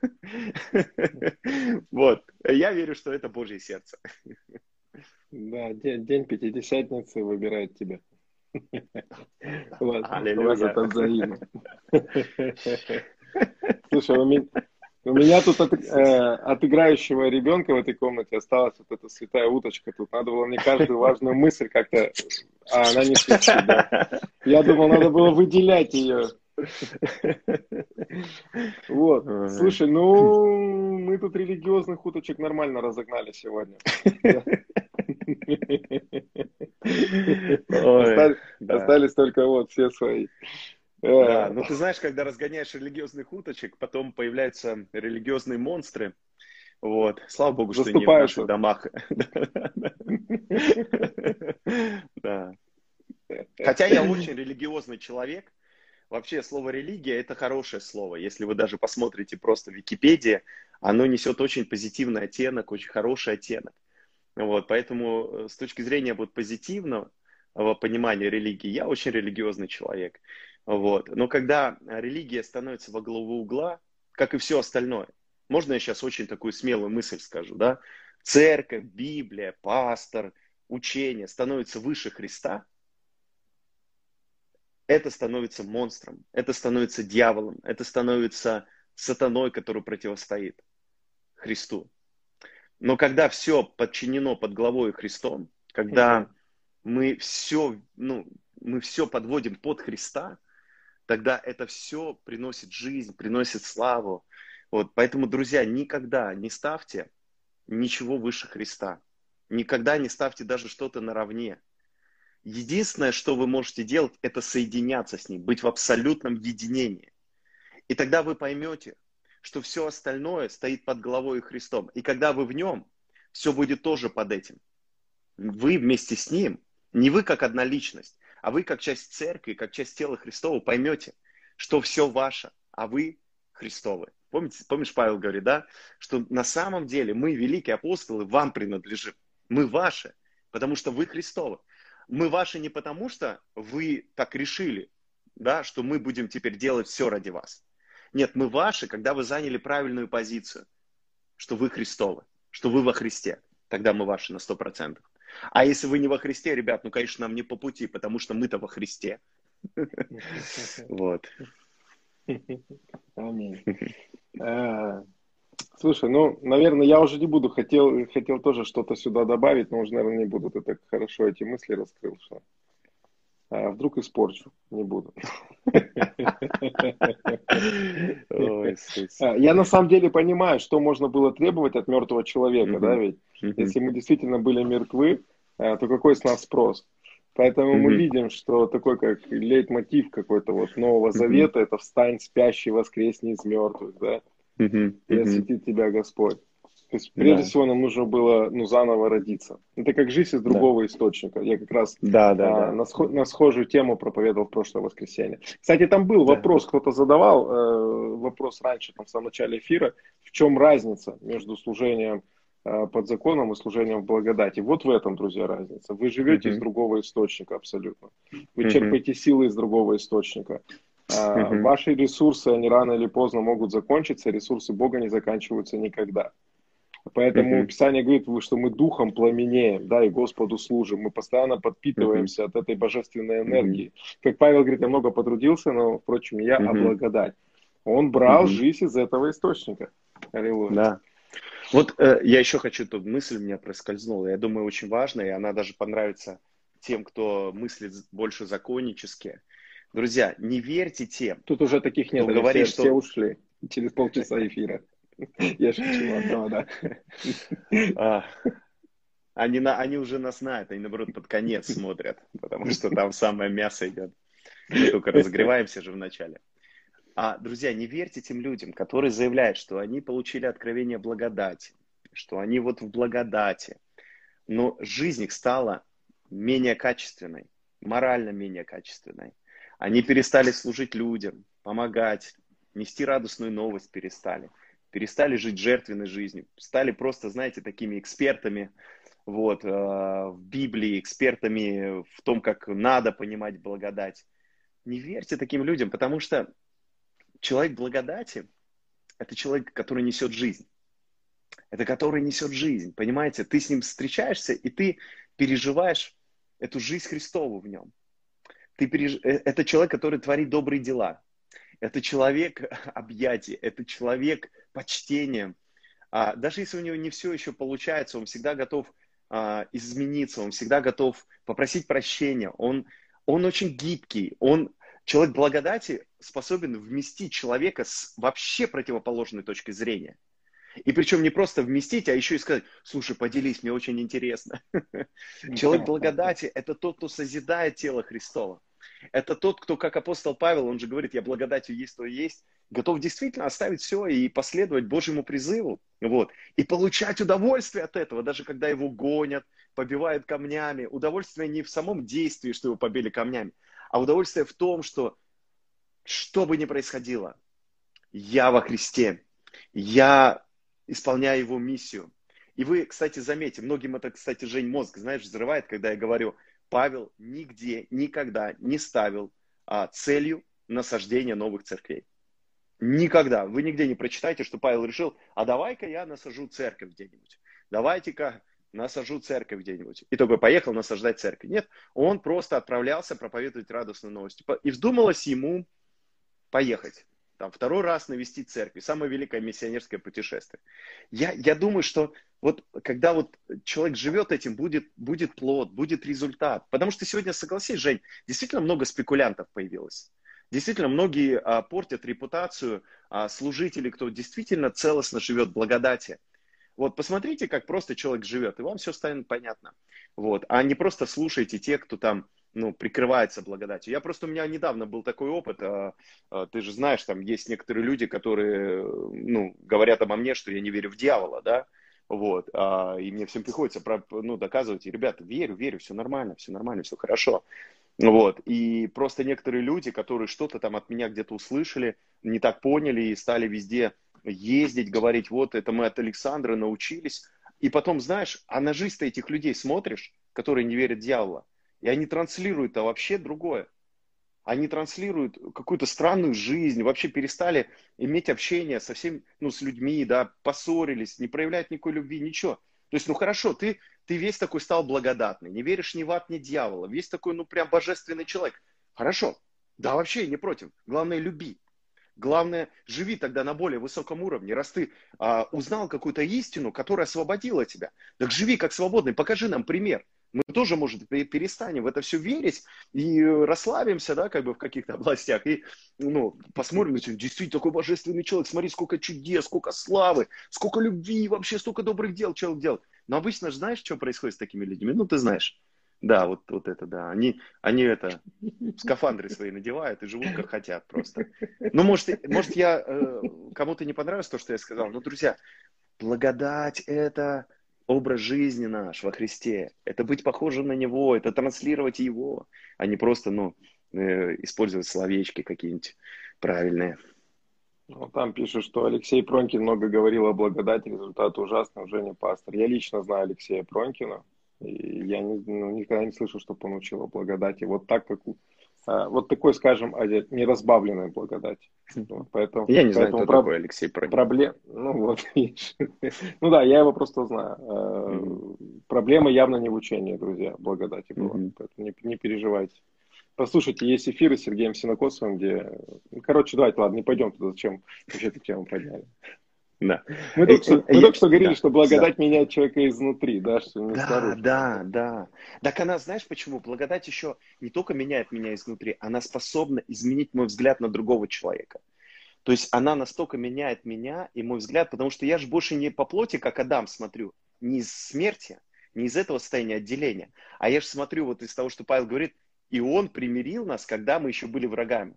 Вот. Я верю, что это Божье сердце. Да, день, день Пятидесятницы выбирает тебя. Вот, Аллилуйя. это взаимно. Слушай, у меня, у меня тут от, э, от играющего ребенка в этой комнате осталась вот эта святая уточка. Тут надо было мне каждую важную мысль как-то... А, она не свистит, да. Я думал, надо было выделять ее. Вот. Слушай, ну, мы тут религиозных уточек нормально разогнали сегодня. Ой, остались, да. остались только вот все свои. Да, ну ты знаешь, когда разгоняешь религиозных уточек, потом появляются религиозные монстры. Вот. Слава Богу, что не в наших домах. Да. Хотя я очень религиозный человек. Вообще слово религия это хорошее слово. Если вы даже посмотрите просто в Википедии, оно несет очень позитивный оттенок, очень хороший оттенок. Вот, поэтому с точки зрения вот позитивного понимания религии, я очень религиозный человек. Вот. Но когда религия становится во главу угла, как и все остальное, можно я сейчас очень такую смелую мысль скажу, да? Церковь, Библия, пастор, учение становится выше Христа, это становится монстром, это становится дьяволом, это становится сатаной, который противостоит Христу. Но когда все подчинено под главой Христом, когда mm-hmm. мы все, ну, мы все подводим под Христа, тогда это все приносит жизнь, приносит славу. Вот, поэтому, друзья, никогда не ставьте ничего выше Христа. Никогда не ставьте даже что-то наравне. Единственное, что вы можете делать, это соединяться с Ним, быть в абсолютном единении. И тогда вы поймете, что все остальное стоит под главой Христом. И когда вы в Нем, все будет тоже под этим. Вы вместе с Ним, не вы как одна личность, а вы как часть церкви, как часть тела Христова поймете, что все ваше, а вы Христовы. Помните, помнишь, Павел говорит, да, что на самом деле мы, великие апостолы, вам принадлежим. Мы ваши, потому что вы Христовы. Мы ваши не потому, что вы так решили, да, что мы будем теперь делать все ради вас. Нет, мы ваши, когда вы заняли правильную позицию, что вы Христовы, что вы во Христе. Тогда мы ваши на сто процентов. А если вы не во Христе, ребят, ну, конечно, нам не по пути, потому что мы-то во Христе. Вот. Аминь. Слушай, ну, наверное, я уже не буду, хотел, хотел тоже что-то сюда добавить, но уже, наверное, не буду. Ты так хорошо эти мысли раскрыл, что а вдруг испорчу, не буду. Я на самом деле понимаю, что можно было требовать от мертвого человека, да, ведь если мы действительно были мертвы, то какой с нас спрос? Поэтому мы видим, что такой как лейтмотив какой-то вот Нового Завета, это «Встань, спящий, воскресни из мертвых», да, и осветит тебя Господь. То есть, прежде Да, всего, нам нужно было, ну, заново родиться. Это как жизнь из да, другого источника. Я как раз да, да, а, да, на, схо- на схожую тему проповедовал в прошлое воскресенье. Кстати, там был да. вопрос, кто-то задавал э, вопрос раньше, там, в самом начале эфира, в чем разница между служением э, под законом и служением в благодати. Вот в этом, друзья, разница. Вы живете из Мгм, другого источника абсолютно. Вы мгм, черпаете силы из другого источника. А, мгм, ваши ресурсы, они рано или поздно могут закончиться, ресурсы Бога не заканчиваются никогда. Поэтому мгм, Писание говорит, что мы духом пламенеем, да, и Господу служим. Мы постоянно мгм, подпитываемся от этой божественной мгм, энергии. Как Павел говорит, я много потрудился, но, впрочем, я о мгм, благодать. Он брал мгм. жизнь из этого источника. Аллилуйя. Да. Вот э, я еще хочу, тут мысль у меня проскользнула, я думаю, очень важная, и она даже понравится тем, кто мыслит больше законнически. Друзья, не верьте тем, Тут уже таких кто нет, они говорит, все, все что ушли через полчаса эфира. Я шучу, ладно, да. а, они, на, они уже нас знают, они, наоборот, под конец смотрят, потому что там самое мясо идет. Мы только разогреваемся же вначале. А, друзья, не верьте тем людям, которые заявляют, что они получили откровение благодати, что они вот в благодати, но жизнь их стала менее качественной, морально менее качественной. Они перестали служить людям, помогать, нести радостную новость перестали. Перестали жить жертвенной жизнью. Стали просто, знаете, такими экспертами вот, э, в Библии, экспертами в том, как надо понимать благодать. Не верьте таким людям, потому что человек благодати– это человек, который несет жизнь. Это который несет жизнь, понимаете? Ты с ним встречаешься, и ты переживаешь эту жизнь Христову в нем. Ты переж... э, Это человек, который творит добрые дела. Это человек объятий, это человек почтения. А, даже если у него не все еще получается, он всегда готов а, измениться, он всегда готов попросить прощения. Он, он очень гибкий, он человек благодати способен вместить человека с вообще противоположной точки зрения. И причем не просто вместить, а еще и сказать, слушай, поделись, мне очень интересно. Человек благодати– это тот, кто созидает тело Христова. Это тот, кто, как апостол Павел, он же говорит, я благодатью есть, то и есть, готов действительно оставить все и последовать Божьему призыву. Вот. И получать удовольствие от этого, даже когда его гонят, побивают камнями. Удовольствие не в самом действии, что его побили камнями, а удовольствие в том, что что бы ни происходило, я во Христе, я исполняю его миссию. И вы, кстати, заметьте, многим это, кстати, Жень, мозг, знаешь, взрывает, когда я говорю, Павел нигде, никогда не ставил а, целью насаждения новых церквей. Никогда. Вы нигде не прочитаете, что Павел решил, а давай-ка я насажу церковь где-нибудь. Давайте-ка насажу церковь где-нибудь. И такой поехал насаждать церковь. Нет, он просто отправлялся проповедовать радостную новость. И вздумалось ему поехать. Там, второй раз навестить церковь. Самое великое миссионерское путешествие. Я, я думаю, что вот когда вот человек живет этим, будет, будет плод, будет результат. Потому что сегодня, согласись, Жень, действительно много спекулянтов появилось. Действительно, многие а, портят репутацию а, служителей, кто действительно целостно живет в благодати. Вот посмотрите, как просто человек живет, и вам все станет понятно. Вот. А не просто слушайте тех, кто там ну, прикрывается благодатью. Я просто, у меня недавно был такой опыт, а, а, ты же знаешь, там есть некоторые люди, которые ну, говорят обо мне, что я не верю в дьявола, да, вот, а, и мне всем приходится ну, доказывать, и, ребята, верю, верю, все нормально, все нормально, все хорошо. Вот. И просто некоторые люди, которые что-то там от меня где-то услышали, не так поняли и стали везде ездить, говорить, вот это мы от Александра научились. И потом, знаешь, а на жизнь-то этих людей смотришь, которые не верят в дьявола, и они транслируют, а вообще другое. Они транслируют какую-то странную жизнь, вообще перестали иметь общение со всеми, ну, с людьми, да, поссорились, не проявляют никакой любви, ничего. То есть, ну хорошо, ты, ты весь такой стал благодатный, не веришь ни в ад, ни в дьявола, весь такой, ну, прям божественный человек. Хорошо, да, вообще не против, главное, люби. Главное, живи тогда на более высоком уровне. Раз ты а, узнал какую-то истину, которая освободила тебя, так живи как свободный, покажи нам пример. Мы тоже, может, перестанем в это все верить и расслабимся, да, как бы в каких-то областях. И, ну, посмотрим, действительно такой божественный человек, смотри, сколько чудес, сколько славы, сколько любви, вообще столько добрых дел человек делал. Но обычно же знаешь, что происходит с такими людьми? Ну, ты знаешь. Да, вот, вот это, да. Они, они это, скафандры свои надевают и живут как хотят просто. Ну, может, может я э, кому-то не понравилось то, что я сказал, но, друзья, Благодать – это образ жизни наш во Христе. Это быть похожим на Него, это транслировать Его, а не просто, ну, э, использовать словечки какие-нибудь правильные. Ну, там пишут, что Алексей Пронькин много говорил о благодати, результат ужасный, уже не пастор. Я лично знаю Алексея Пронькина, и я не, ну, никогда не слышал, чтобы он учил о благодати. Вот так, как у- а, вот такой, скажем, а, неразбавленной благодати. Вот, поэтому, Я не знаю, поэтому кто про- такой Алексей Пронин. проблем, ну вот, видишь. Ну да, я его просто знаю. Мгм. Э, Проблема явно не в учении, друзья, благодати была. Мгм. Поэтому не, не переживайте. Послушайте, есть эфиры с Сергеем Синокосовым, где... ну, короче, давайте, ладно, не пойдем туда, зачем вообще эту тему подняли. Да. Мы И- только что, и- мы я- только что говорили, да, что да. благодать меняет человека изнутри, да, что не Да, снаружи. да, да. Так она, знаешь почему? Благодать еще не только меняет меня изнутри, она способна изменить мой взгляд на другого человека. То есть она настолько меняет меня и мой взгляд, потому что я же больше не по плоти, как Адам, смотрю, не из смерти, не из этого состояния отделения, а я же смотрю вот из того, что Павел говорит, и он примирил нас, когда мы еще были врагами.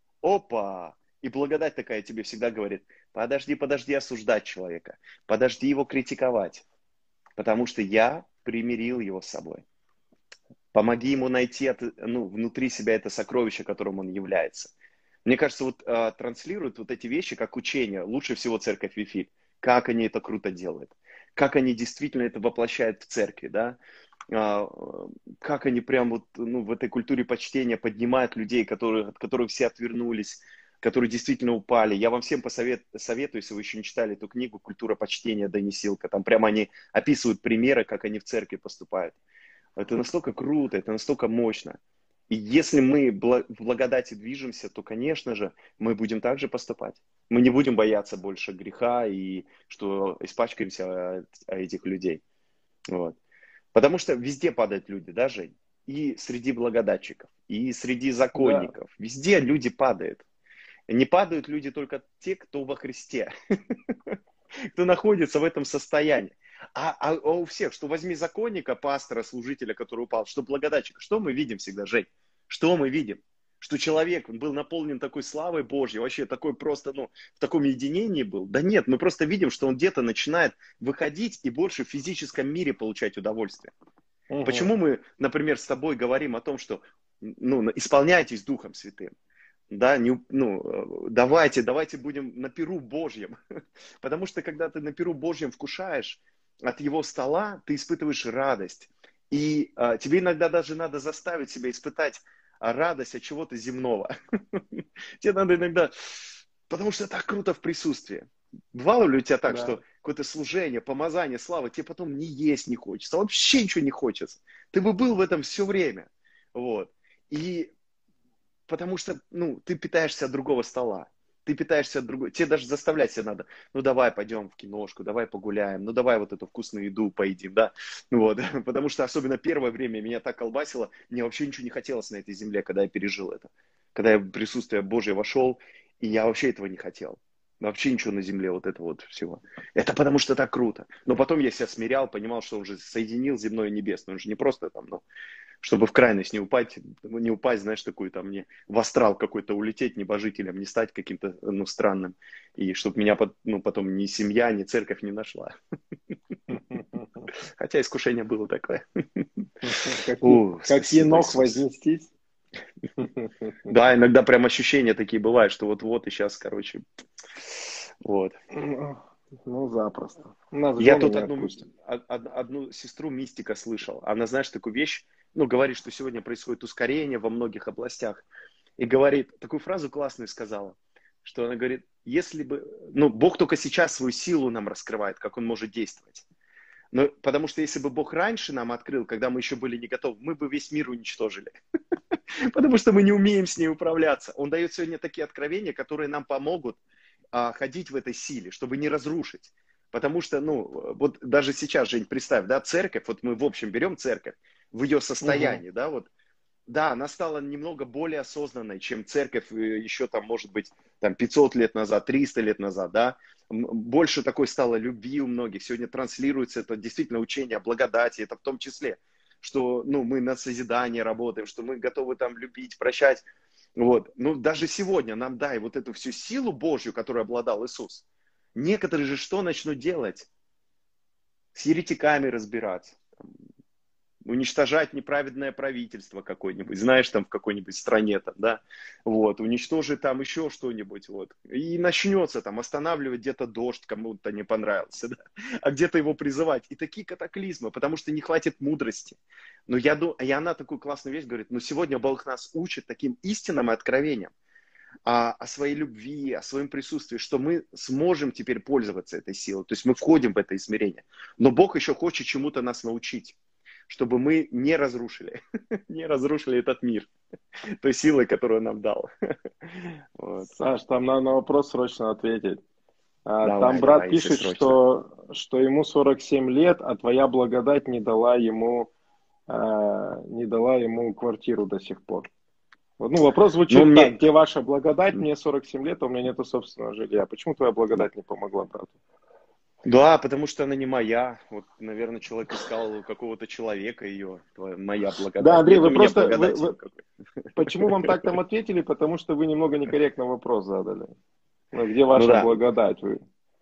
Опа! И благодать такая тебе всегда говорит, подожди, подожди осуждать человека, подожди его критиковать, потому что я примирил его с собой. Помоги ему найти от, ну, внутри себя это сокровище, которым он является. Мне кажется, вот а, транслируют вот эти вещи как учение. Лучше всего церковь Вифиль. Как они это круто делают. Как они действительно это воплощают в церкви, да. А, как они прям вот ну, в этой культуре почтения поднимают людей, которые, от которых все отвернулись, которые действительно упали. Я вам всем посовет, советую, если вы еще не читали эту книгу «Культура почтения» Дани Силка. Там прямо они описывают примеры, как они в церкви поступают. Это настолько круто, это настолько мощно. И если мы в благодати движемся, то, конечно же, мы будем так же поступать. Мы не будем бояться больше греха и что испачкаемся от этих людей. Вот. Потому что везде падают люди, да, Жень? И среди благодатчиков, и среди Да, законников. Везде люди падают. Не падают люди только те, кто во Христе, кто находится в этом состоянии. А, а, а у всех, что возьми законника, пастора, служителя, который упал, что благодатчика, что мы видим всегда, Жень? Что мы видим? Что человек был наполнен такой славой Божьей, вообще такой просто, ну, в таком единении был. Да нет, мы просто видим, что он где-то начинает выходить и больше в физическом мире получать удовольствие. угу, Почему мы, например, с тобой говорим о том, что ну, исполняйтесь Духом Святым? Да, не, ну, давайте, давайте будем на пиру Божьем. Потому что когда ты на пиру Божьем вкушаешь от его стола, ты испытываешь радость. И а, тебе иногда даже надо заставить себя испытать а, радость от чего-то земного. Тебе надо иногда, потому что так круто в присутствии. Бывало ли у тебя так, да. что какое-то служение, помазание, слава, тебе потом не есть не хочется, вообще ничего не хочется. Ты бы был в этом все время. Вот. И потому что, ну, ты питаешься от другого стола. Ты питаешься от другой. Тебе даже заставлять себя надо. Ну, давай пойдем в киношку, давай погуляем, ну, давай вот эту вкусную еду поедим, да. Вот. Потому что особенно первое время меня так колбасило, мне вообще ничего не хотелось на этой земле, когда я пережил это. Когда я в присутствие Божье вошел, и я вообще этого не хотел. Вообще ничего на земле вот этого вот всего. Это потому что так круто. Но потом я себя смирял, понимал, что он же соединил земное и небесное. Он же не просто там, ну, чтобы в крайность не упасть, не упасть, знаешь, такую там, не в астрал какой-то улететь, небожителем, не стать каким-то, ну, странным. И чтобы меня, ну, потом ни семья, ни церковь не нашла. Хотя искушение было такое. Как, О, как спасибо, енох Иисус. вознестись. Да, иногда прям ощущения такие бывают, что вот-вот и сейчас, короче, вот. Ну, запросто. Нас Я жены тут не одну, отпустят. од- од- одну сестру мистика слышал. Она, знаешь, такую вещь, ну, говорит, что сегодня происходит ускорение во многих областях. И говорит, такую фразу классную сказала, что она говорит, если бы, ну, Бог только сейчас свою силу нам раскрывает, как Он может действовать. Но, потому что если бы Бог раньше нам открыл, когда мы еще были не готовы, мы бы весь мир уничтожили. Потому что мы не умеем с ней управляться. Он дает сегодня такие откровения, которые нам помогут а, ходить в этой силе, чтобы не разрушить. Потому что, ну, вот даже сейчас, Жень, представь, да, церковь, вот мы в общем берем церковь в ее Угу. состоянии, да, вот, да, она стала немного более осознанной, чем церковь э, еще там, может быть, там пятьсот лет назад, триста лет назад, да. М, Больше такой стало любви у многих. Сегодня транслируется это действительно учение о благодати, это в том числе, что, ну, мы на созидание работаем, что мы готовы там любить, прощать. Вот. Ну, даже сегодня нам дай вот эту всю силу Божью, которую обладал Иисус. Некоторые же что начнут делать? с еретиками разбираться, там, уничтожать неправедное правительство какое-нибудь, знаешь, там в какой-нибудь стране, там, да, вот, уничтожить там еще что-нибудь, вот, и начнется там останавливать где-то дождь, кому-то не понравился, да, а где-то его призывать, и такие катаклизмы, потому что не хватит мудрости. Но я думаю, и она такую классную вещь говорит, ну, сегодня Бог нас учит таким истинным откровением о, о своей любви, о своем присутствии, что мы сможем теперь пользоваться этой силой, то есть мы входим в это измерение, но Бог еще хочет чему-то нас научить, чтобы мы не разрушили, не разрушили этот мир той силой, которую он нам дал. Вот. Саш, там надо на вопрос срочно ответить. А, Там Давай, брат давай, если пишет, срочно. что, что ему сорок семь лет, а твоя благодать не дала ему, а, не дала ему квартиру до сих пор. Вот, ну, вопрос Ну, звучит так: мне, где ваша благодать? Мне сорок семь лет, а у меня нету собственного жилья. Почему твоя благодать не помогла брату? да, потому что она не моя. Вот, наверное, человек искал какого-то человека ее, твоя- моя Да, благодать. Андрей, Нет у вы меня просто, вы, благодати вы- никакой. почему вам так там ответили? Потому что вы немного некорректно вопрос задали. Ну, где Ну ваша да, благодать? Вы?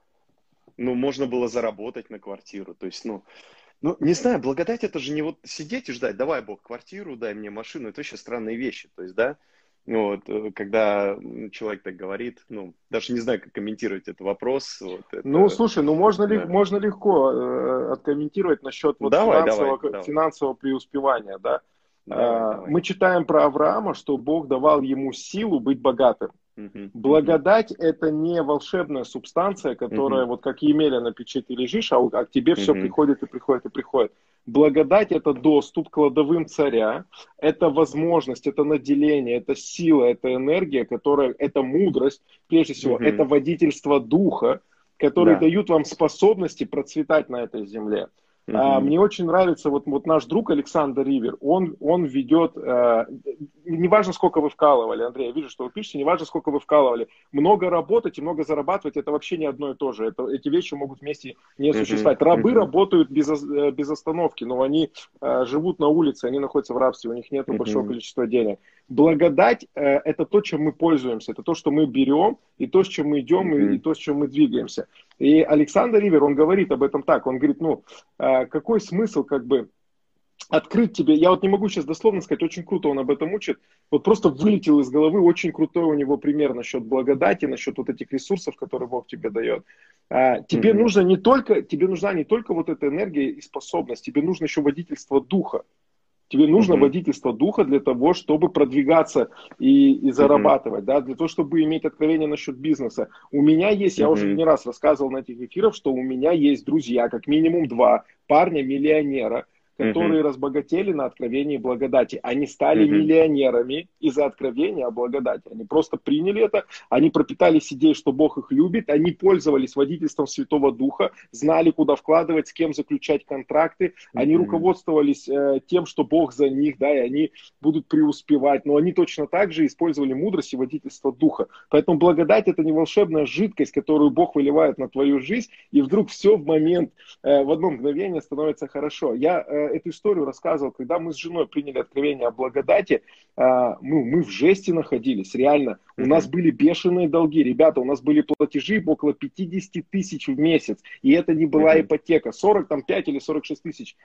ну можно было заработать на квартиру. То есть, ну, ну, не знаю, благодать это же не вот сидеть и ждать, давай, Бог, квартиру, дай мне машину, это вообще странные вещи, то есть, да, ну вот, э, когда м, человек так говорит, ну, даже не знаю, как комментировать этот вопрос, вот, Ну, это, слушай, ну можно, ли, да. можно легко э, откомментировать насчет вот Давай, давай, финансового, давай, финансового преуспевания, да. давай, Э, давай. мы читаем про Авраама, что Бог давал ему силу быть богатым. Мгм, мгм, Благодать – это не волшебная субстанция, которая мгм, вот как Емеля на печи ты лежишь, а, у- а к тебе все мгм, приходит и приходит и приходит. Благодать – это доступ к кладовым царя, это возможность, это наделение, это сила, это энергия, которая, это мудрость, прежде всего, это мгм. водительство духа, которые Да. дают вам способности процветать на этой земле. А, Мгм, Мне очень нравится вот, вот наш друг Александр Ривер, он, он ведет, э, неважно сколько вы вкалывали, Андрей, я вижу, что вы пишете, неважно сколько вы вкалывали, много работать и много зарабатывать, это вообще не одно и то же, это, эти вещи могут вместе не мгм, существовать. Рабы мгм, работают без, ос- э, без остановки, но они э, живут на улице, они находятся в рабстве, у них нет большого мгм, количества денег. Благодать э, это то, чем мы пользуемся, это то, что мы берем, и то, с чем мы идем, и, и мгм, то, с чем мы двигаемся. И Александр Ривер, он говорит об этом так, он говорит, ну, э, какой смысл как бы открыть тебе, я вот не могу сейчас дословно сказать, очень круто он об этом учит, вот просто вылетел из головы, очень крутой у него пример насчет благодати, насчет вот этих ресурсов, которые Бог тебе дает. А, тебе мгм, нужно не только, тебе нужна не только вот эта энергия и способность, тебе нужно еще водительство духа. Тебе нужно мгм, водительство духа для того, чтобы продвигаться и, и мгм, зарабатывать, да, для того, чтобы иметь откровение насчет бизнеса. У меня есть, я уже мгм, не раз рассказывал на этих эфирах, что у меня есть друзья, как минимум два парня-миллионера, мгм, которые разбогатели на откровении благодати. Они стали мгм, миллионерами из-за откровения о благодати. Они просто приняли это, они пропитались идеей, что Бог их любит, они пользовались водительством Святого Духа, знали, куда вкладывать, с кем заключать контракты, они мгм, руководствовались э, тем, что Бог за них, да, и они будут преуспевать, но они точно так же использовали мудрость и водительство Духа. Поэтому благодать – это не волшебная жидкость, которую Бог выливает на твою жизнь, и вдруг все в момент, э, в одно мгновение становится хорошо. Я э, эту историю рассказывал, когда мы с женой приняли откровение о благодати, э, мы, мы в жести находились, реально. У нас мгм, были бешеные долги, ребята, у нас были платежи около пятьдесят тысяч в месяц, и это не была мгм, ипотека, сорок пять или сорок шесть тысяч,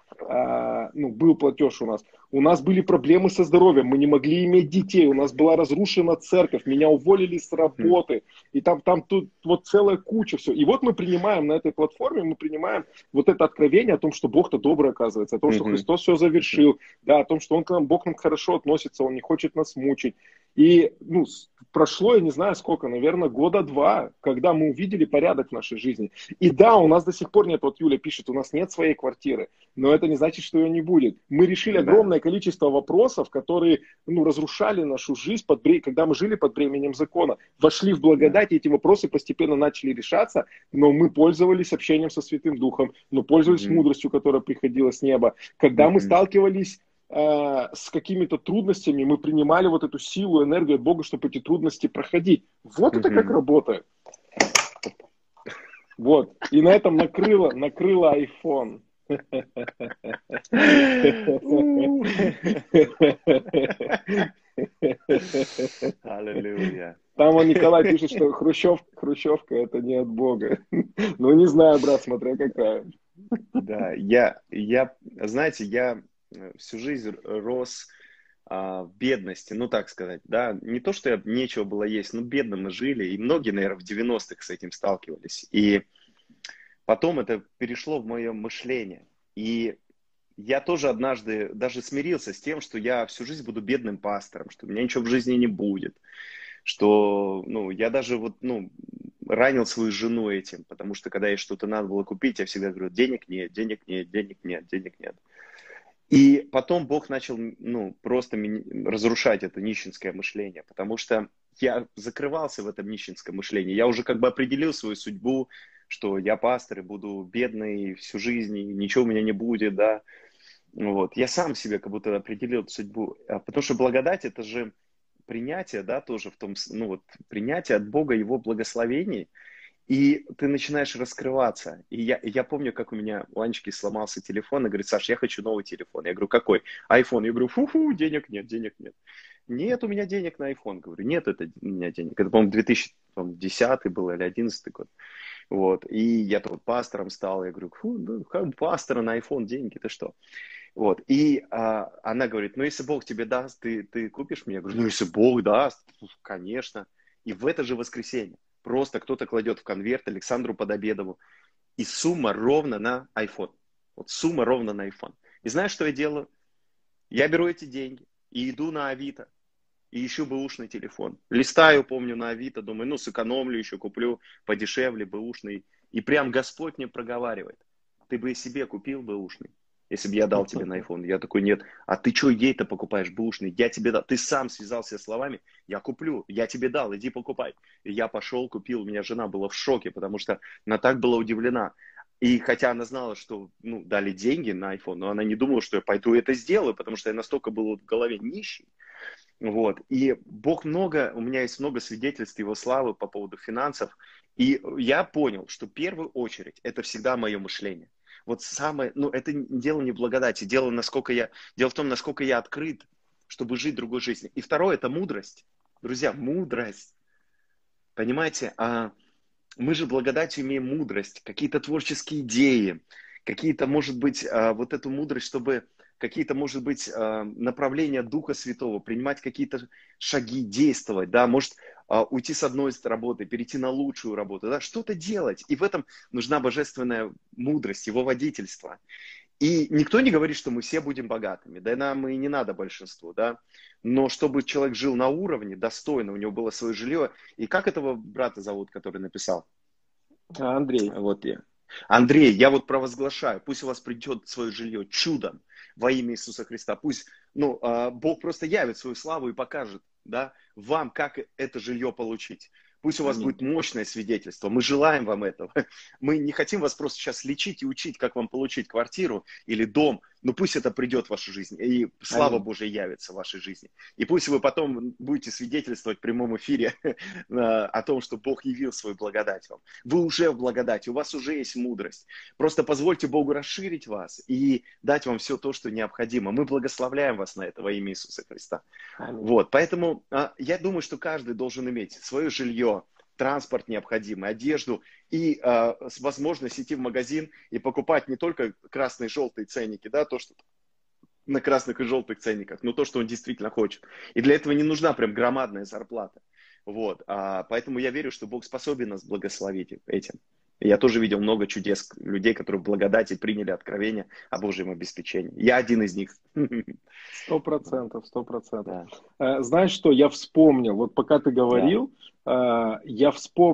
э, ну, был платеж у нас. У нас были проблемы со здоровьем, мы не могли иметь детей, у нас была разрушена церковь, меня уволили с мгм, работы, и там, там тут вот целая куча всего. И вот мы принимаем на этой платформе, мы принимаем вот это откровение о том, что Бог-то добрый, оказывается, о том, что мгм, Христос все завершил, да, о том, что Он к нам, Бог к нам хорошо относится, Он не хочет нас мучить. И ну, прошло, я не знаю сколько, наверное, года два, когда мы увидели порядок в нашей жизни. И да, у нас до сих пор нет, вот Юля пишет, у нас нет своей квартиры, но это не значит, что ее не будет. Мы решили да, огромное количество вопросов, которые ну, разрушали нашу жизнь, под, бре- когда мы жили под бременем закона. Вошли в да, благодать, и эти вопросы постепенно начали решаться, но мы пользовались общением со Святым Духом, но пользовались мгм, мудростью, которая приходила с неба. Когда мы мгм, сталкивались э, с какими-то трудностями, мы принимали вот эту силу, энергию от Бога, чтобы эти трудности проходить. Вот это как мгм. работает. Вот. И на этом накрыло, накрыло iPhone. У. Аллилуйя. Там он Николай пишет, что Хрущев, Хрущевка это не от Бога. Ну, не знаю, брат, смотря какая. Да, я, я, знаете, я э, всю жизнь рос а, в бедности, ну так сказать, да, не то, что я, нечего было есть, но бедно мы жили, и многие, наверное, в девяностых с этим сталкивались, и потом это перешло в мое мышление, и я тоже однажды даже смирился с тем, что я всю жизнь буду бедным пастором, что у меня ничего в жизни не будет, что, ну, я даже вот, ну, ранил свою жену этим, потому что когда ей что-то надо было купить, я всегда говорю, денег нет, денег нет, денег нет, денег нет. И потом Бог начал, ну, просто разрушать это нищенское мышление, потому что я закрывался в этом нищенском мышлении. Я уже как бы определил свою судьбу, что я пастор и буду бедный всю жизнь, и ничего у меня не будет, да. Вот. Я сам себе как будто определил эту судьбу. А потому что благодать это же принятие, да, тоже в том, ну вот, принятие от Бога Его благословений. И ты начинаешь раскрываться. И я, я помню, как у меня у Анечки сломался телефон, и говорит, Саш, я хочу новый телефон. Я говорю, какой? Айфон. Я говорю, фу-фу, денег нет, денег нет. Нет у меня денег на айфон. Говорю, нет это у меня денег. Это, по-моему, две тысячи десятый был или одиннадцатый год. Вот. И я тут пастором стал. Я говорю, фу, ну, как пастора на айфон деньги, ты что? Вот. И а, она говорит, ну, если Бог тебе даст, ты, ты купишь мне? Я говорю, ну, если Бог даст, конечно. И в это же воскресенье просто кто-то кладет в конверт Александру Подобедову, и сумма ровно на iPhone. Вот сумма ровно на iPhone. И знаешь, что я делаю? Я беру эти деньги и иду на Авито, и ищу бэушный телефон. Листаю, помню, на Авито, думаю, ну, сэкономлю еще, куплю подешевле бэушный. И прям Господь мне проговаривает, ты бы и себе купил бэушный, если бы я дал тебе на iPhone. Я такой, нет, а ты что ей-то покупаешь бэушный? Я тебе дал. Ты сам связался словами, я куплю, я тебе дал, иди покупай. И я пошел, купил, у меня жена была в шоке, потому что она так была удивлена. И хотя она знала, что ну, дали деньги на iPhone, но она не думала, что я пойду это сделаю, потому что я настолько был в голове нищий. Вот. И Бог много, у меня есть много свидетельств Его славы по поводу финансов. И я понял, что в первую очередь это всегда мое мышление. Вот самое, ну это дело не благодати, дело, насколько я, дело в том, насколько я открыт, чтобы жить другой жизнью. И второе, это мудрость. Друзья, мудрость. Понимаете, а мы же благодатью имеем мудрость, какие-то творческие идеи, какие-то, может быть, а, вот эту мудрость, чтобы какие-то, может быть, а, направления Духа Святого, принимать какие-то шаги, действовать, да, может а, уйти с одной работы, перейти на лучшую работу, да, что-то делать. И в этом нужна божественная мудрость, его водительство. И никто не говорит, что мы все будем богатыми, да и нам и не надо большинству, да, но чтобы человек жил на уровне, достойно, у него было свое жилье. И как этого брата зовут, который написал? Андрей. Вот я. Андрей, я вот провозглашаю, пусть у вас придет свое жилье чудом во имя Иисуса Христа. Пусть, ну, Бог просто явит свою славу и покажет, да, вам, как это жилье получить. Пусть у вас Аминь. будет мощное свидетельство. Мы желаем вам этого. Мы не хотим вас просто сейчас лечить и учить, как вам получить квартиру или дом. Но пусть это придет в вашу жизнь. И слава Аминь. Божия явится в вашей жизни. И пусть вы потом будете свидетельствовать в прямом эфире о том, что Бог явил свою благодать вам. Вы уже в благодати, у вас уже есть мудрость. Просто позвольте Богу расширить вас и дать вам все то, что необходимо. Мы благословляем вас на это во имя Иисуса Христа. Аминь. Вот, поэтому а, я думаю, что каждый должен иметь свое жилье, транспорт необходимый, одежду и а, возможность идти в магазин и покупать не только красные и желтые ценники, да, то, что на красных и желтых ценниках, но то, что он действительно хочет. И для этого не нужна прям громадная зарплата. Вот, а, поэтому я верю, что Бог способен нас благословить этим. Я тоже видел много чудес людей, которые в благодати приняли откровение о Божьем обеспечении. Я один из них. Сто процентов, сто процентов. Да. Знаешь что, я вспомнил, вот пока ты говорил, Да. я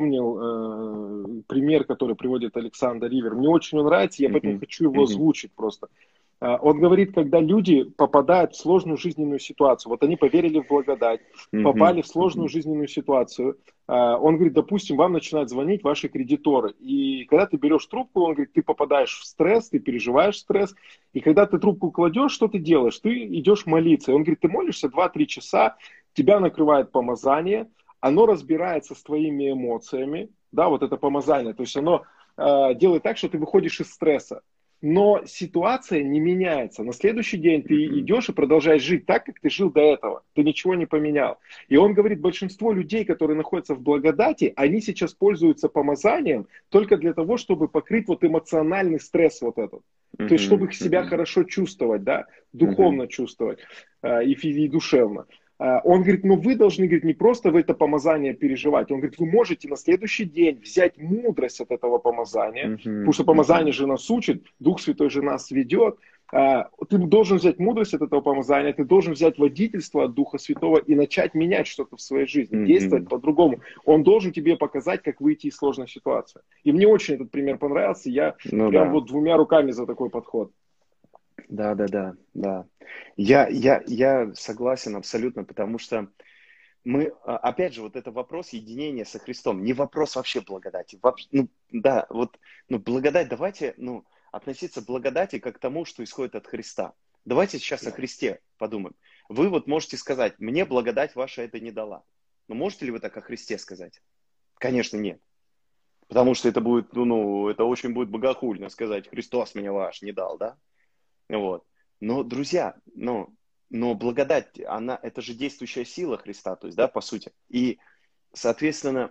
вспомнил пример, который приводит Александр Ривер. Мне очень он нравится, я поэтому хочу его озвучить просто. Он говорит, когда люди попадают в сложную жизненную ситуацию, вот они поверили в благодать, попали в сложную жизненную ситуацию, он говорит, допустим, вам начинают звонить ваши кредиторы, и когда ты берешь трубку, он говорит, ты попадаешь в стресс, ты переживаешь стресс, и когда ты трубку кладешь, что ты делаешь? Ты идешь молиться, и он говорит, ты молишься два-три часа, тебя накрывает помазание, оно разбирается с твоими эмоциями, да, вот это помазание, то есть оно э, делает так, что ты выходишь из стресса. но ситуация не меняется. На следующий день ты Мгм. идешь и продолжаешь жить так, как ты жил до этого. Ты ничего не поменял. И он говорит, большинство людей, которые находятся в благодати, они сейчас пользуются помазанием только для того, чтобы покрыть вот эмоциональный стресс вот этот. То есть, чтобы Мгм. себя Мгм. хорошо чувствовать, да, Мгм. духовно чувствовать э, и, фи- и душевно. А, Он говорит, ну вы должны, говорит, не просто в это помазание переживать. Он говорит, вы можете на следующий день взять мудрость от этого помазания, потому Мгм. что помазание Мгм. же нас учит, Дух Святой же нас ведет. А, Ты должен взять мудрость от этого помазания, ты должен взять водительство от Духа Святого и начать менять что-то в своей жизни, действовать Мгм. по-другому. Он должен тебе показать, как выйти из сложной ситуации. И мне очень этот пример понравился. Я Ну прям да. вот двумя руками за такой подход. Да, да, да, да. Я, я, я согласен абсолютно, потому что мы, а, опять же, вот это вопрос единения со Христом, не вопрос вообще благодати. Вообще, ну, да, вот, ну, благодать, давайте, ну, относиться к благодати как к тому, что исходит от Христа. Давайте сейчас о Да. Христе подумаем. Вы вот можете сказать, мне благодать ваша это не дала. Но можете ли вы так о Христе сказать? Конечно, нет. Потому что это будет, ну, ну, это очень будет богохульно сказать, Христос мне ваш не дал, да? Вот. Но, друзья, ну, но благодать, она, это же действующая сила Христа, то есть, да, по сути. И, соответственно,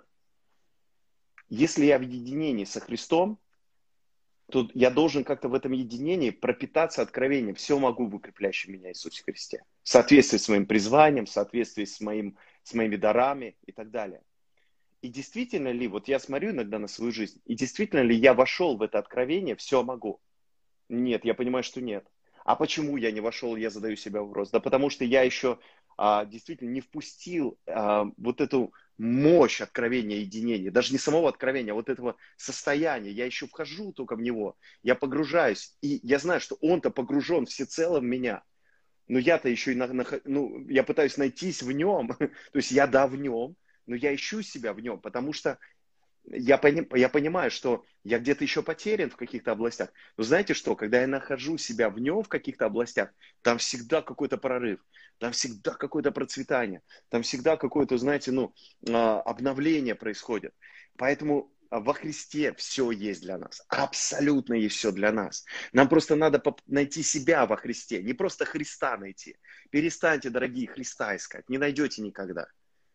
если я в единении со Христом, то я должен как-то в этом единении пропитаться откровением. Все могу в укрепляющем меня Иисусе Христе. В соответствии с моим призванием, в соответствии с, моим, с моими дарами и так далее. И действительно ли, вот я смотрю иногда на свою жизнь, и действительно ли я вошел в это откровение, все могу? Нет, я понимаю, что нет. А почему я не вошел, я задаю себе вопрос. Да потому что я еще а, действительно не впустил а, вот эту мощь откровения единения, даже не самого откровения, а вот этого состояния. Я еще вхожу только в него, я погружаюсь, и я знаю, что он-то погружен всецело в меня. Но я-то еще и, на, на- ну, я пытаюсь найтись в нем, то есть я да в нем, но я ищу себя в нем, потому что я, пони, я понимаю, что я где-то еще потерян в каких-то областях. Но знаете что, когда я нахожу себя в нем в каких-то областях, там всегда какой-то прорыв, там всегда какое-то процветание, там всегда какое-то, знаете, ну, а, обновление происходит. Поэтому а, во Христе все есть для нас. Абсолютно есть все для нас. Нам просто надо поп- найти себя во Христе. Не просто Христа найти. Перестаньте, дорогие, Христа искать. Не найдете никогда.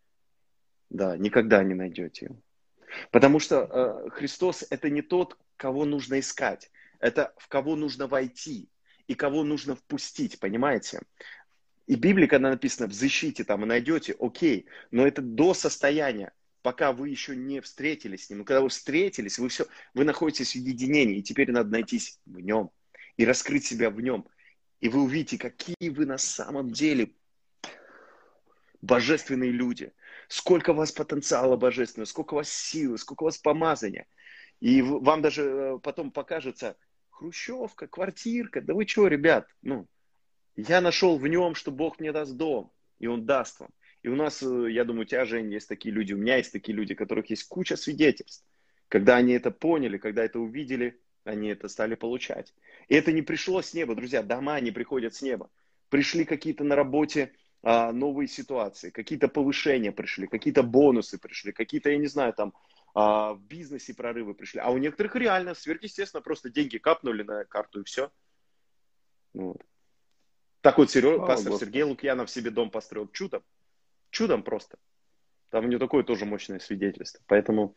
Да, никогда не найдете его. Потому что э, Христос это не тот, кого нужно искать, это в кого нужно войти и кого нужно впустить, понимаете? И в Библии, когда написано «взыщите там и найдете», окей, но это до состояния, пока вы еще не встретились с Ним. Но когда вы встретились, вы, все, вы находитесь в единении, и теперь надо найтись в Нем и раскрыть себя в Нем. И вы увидите, какие вы на самом деле божественные люди. Сколько у вас потенциала божественного, сколько у вас силы, сколько у вас помазания. И вам даже э, потом покажется хрущевка, квартирка. Да вы что, ребят? Ну, я нашел в нем, что Бог мне даст дом, и Он даст вам. И у нас, э, я думаю, у тебя, Жень, есть такие люди, у меня есть такие люди, у которых есть куча свидетельств. Когда они это поняли, когда это увидели, они это стали получать. И это не пришло с неба, друзья, дома не приходят с неба. Пришли какие-то на работе а, новые ситуации, какие-то повышения пришли, какие-то бонусы пришли, какие-то, я не знаю, там а, в бизнесе прорывы пришли. А у некоторых реально сверхъестественно просто деньги капнули на карту и все. Вот. Так вот, Сереж, Слава пастор Сергей Господу. Лукьянов себе дом построил чудом. Чудом просто. Там у него такое тоже мощное свидетельство. Поэтому...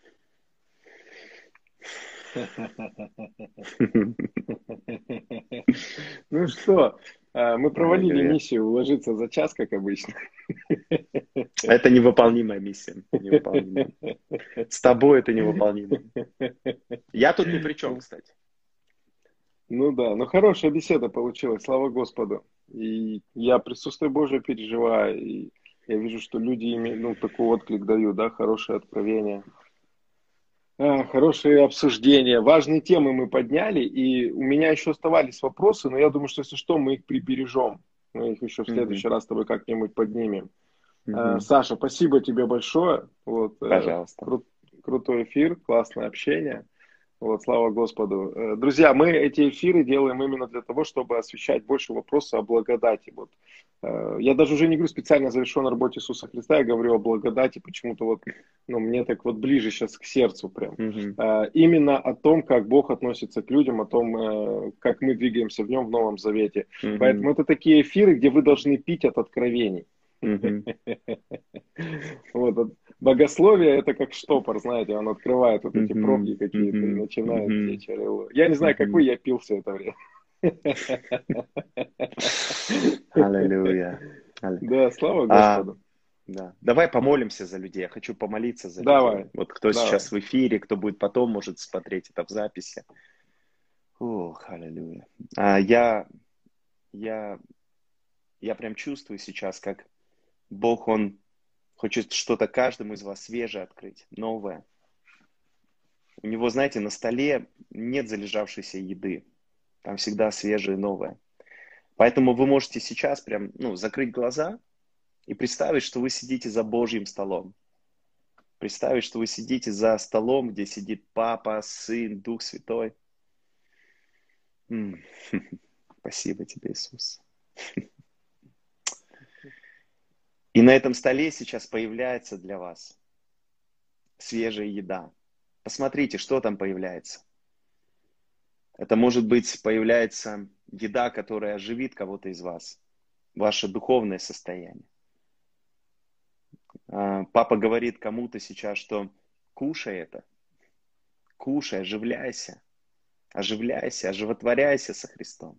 Ну что, э, мы провалили Аллилуйя. миссию уложиться за час, как обычно. Это невыполнимая миссия. Невыполнимая. С тобой это невыполнимо. Я тут ни при чем, кстати. Ну да, но хорошая беседа получилась, слава Господу. И я присутствие Божие переживаю, и я вижу, что люди ими, ну, такой отклик дают, да, хорошее откровение. А, хорошие обсуждения. Важные темы мы подняли, и у меня еще оставались вопросы, но я думаю, что если что, мы их прибережем. Мы их еще в Мгм. следующий раз с тобой как-нибудь поднимем. А, Мгм. Саша, спасибо тебе большое. Вот, э, Пожалуйста. кру- крутой эфир, классное общение. Вот, слава Господу. Э, Друзья, мы эти эфиры делаем именно для того, чтобы освещать больше вопросов о благодати. Вот. Э, Я даже уже не говорю специально о завершенной работе Иисуса Христа, я говорю о благодати, почему-то вот, ну, мне так вот ближе сейчас к сердцу прям. Мгм. Э, Именно о том, как Бог относится к людям, о том, э, как мы двигаемся в Нем в Новом Завете. Мгм. Поэтому это такие эфиры, где вы должны пить от откровений. Мгм. Вот, вот богословие это как штопор, знаете, он открывает вот эти пробки Мгм. какие-то и Мгм. начинает Мгм. течь. Аллилуйя. Я не знаю, как вы, Мгм. я пил все это время. Аллилуйя. Алле- Да, слава А, Господу. да. Давай помолимся за людей. Я хочу помолиться за людей. Давай, Вот кто давай. сейчас в эфире, кто будет потом, может смотреть это в записи. Ох, аллилуйя. А, я, я, я прям чувствую сейчас, как Бог, Он хочет что-то каждому из вас свежее открыть, новое. У Него, знаете, на столе нет залежавшейся еды. Там всегда свежее и новое. Поэтому вы можете сейчас прям, ну, закрыть глаза и представить, что вы сидите за Божьим столом. Представить, что вы сидите за столом, где сидит Папа, Сын, Дух Святой. М. Спасибо тебе, Иисус. И на этом столе сейчас появляется для вас свежая еда. Посмотрите, что там появляется. Это может быть появляется еда, которая оживит кого-то из вас, ваше духовное состояние. А, Папа говорит кому-то сейчас, что кушай это, кушай, оживляйся, оживляйся, оживотворяйся со Христом.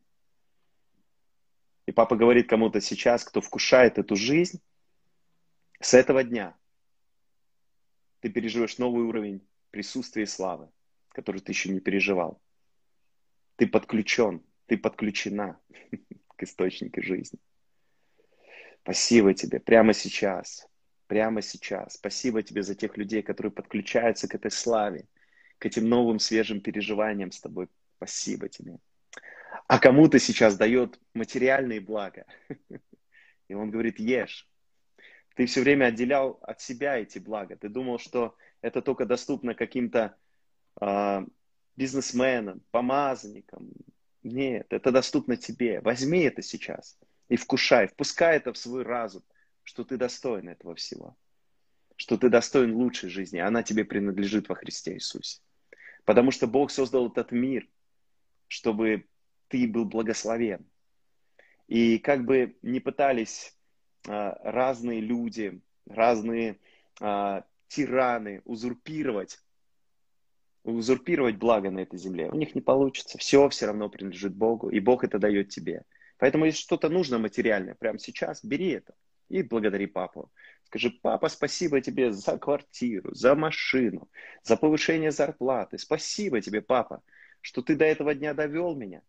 И папа говорит кому-то сейчас, кто вкушает эту жизнь, с этого дня ты переживешь новый уровень присутствия и славы, который ты еще не переживал. Ты подключен, ты подключена к источнику жизни. Спасибо тебе прямо сейчас, прямо сейчас. Спасибо тебе за тех людей, которые подключаются к этой славе, к этим новым свежим переживаниям с тобой. Спасибо тебе. А кому-то сейчас дает материальные блага. И он говорит, ешь. Ты все время отделял от себя эти блага. Ты думал, что это только доступно каким-то а, бизнесменам, помазанникам. Нет, это доступно тебе. Возьми это сейчас и вкушай. Впускай это в свой разум, что ты достоин этого всего. Что ты достоин лучшей жизни. Она тебе принадлежит во Христе Иисусе. Потому что Бог создал этот мир, чтобы ты был благословен. И как бы не пытались а, разные люди, разные а, тираны узурпировать, узурпировать благо на этой земле, у них не получится. Все все равно принадлежит Богу, и Бог это дает тебе. Поэтому, если что-то нужно материальное прямо сейчас, бери это и благодари папу. Скажи, папа, спасибо тебе за квартиру, за машину, за повышение зарплаты. Спасибо тебе, папа, что ты до этого дня довел меня.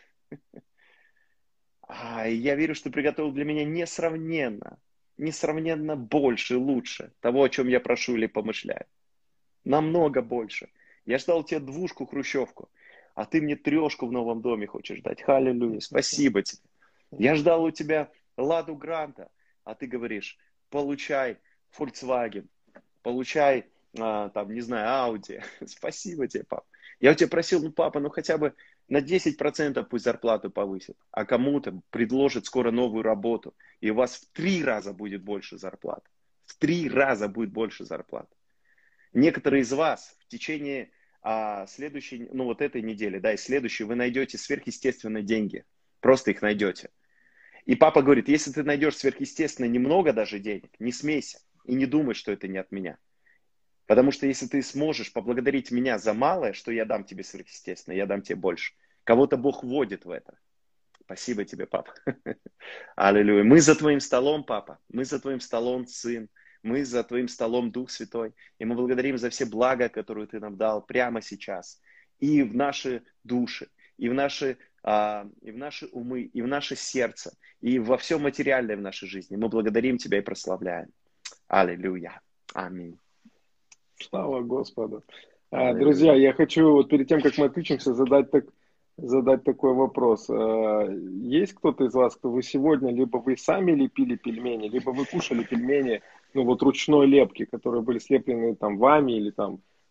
А, и я верю, что ты приготовил для меня несравненно, несравненно больше и лучше того, о чем я прошу или помышляю. Намного больше. Я ждал тебе двушку, хрущевку, а ты мне трешку в новом доме хочешь дать. Халилюя, спасибо тебе. Я ждал у тебя Ладу Гранта, а ты говоришь, получай Volkswagen, получай, а, там, не знаю, Audi. Спасибо тебе, пап. Я у тебя просил, ну, папа, ну, хотя бы на десять процентов пусть зарплату повысит, а кому-то предложит скоро новую работу, и у вас в три раза будет больше зарплат. В три раза будет больше зарплат. Некоторые из вас в течение а, следующей, ну, вот этой недели, да, и следующей, вы найдете сверхъестественные деньги. Просто их найдете. И папа говорит, если ты найдешь сверхъестественно немного даже денег, не смейся и не думай, что это не от меня. Потому что если ты сможешь поблагодарить меня за малое, что я дам тебе сверхъестественно, я дам тебе больше. Кого-то Бог вводит в это. Спасибо тебе, папа. Аллилуйя. Мы за твоим столом, папа. Мы за твоим столом, сын. Мы за твоим столом, Дух Святой. И мы благодарим за все блага, которые ты нам дал прямо сейчас. И в наши души, и в наши, а, и в наши умы, и в наше сердце, и во всем материальное в нашей жизни. Мы благодарим тебя и прославляем. Аллилуйя. Аминь. Слава Господу. А, Друзья, Аллилуйя. я хочу вот перед тем, как мы отключимся, задать, так, задать такой вопрос. А, Есть кто-то из вас, кто вы сегодня, либо вы сами лепили пельмени, либо вы кушали пельмени, ну вот ручной лепки, которые были слеплены там вами или там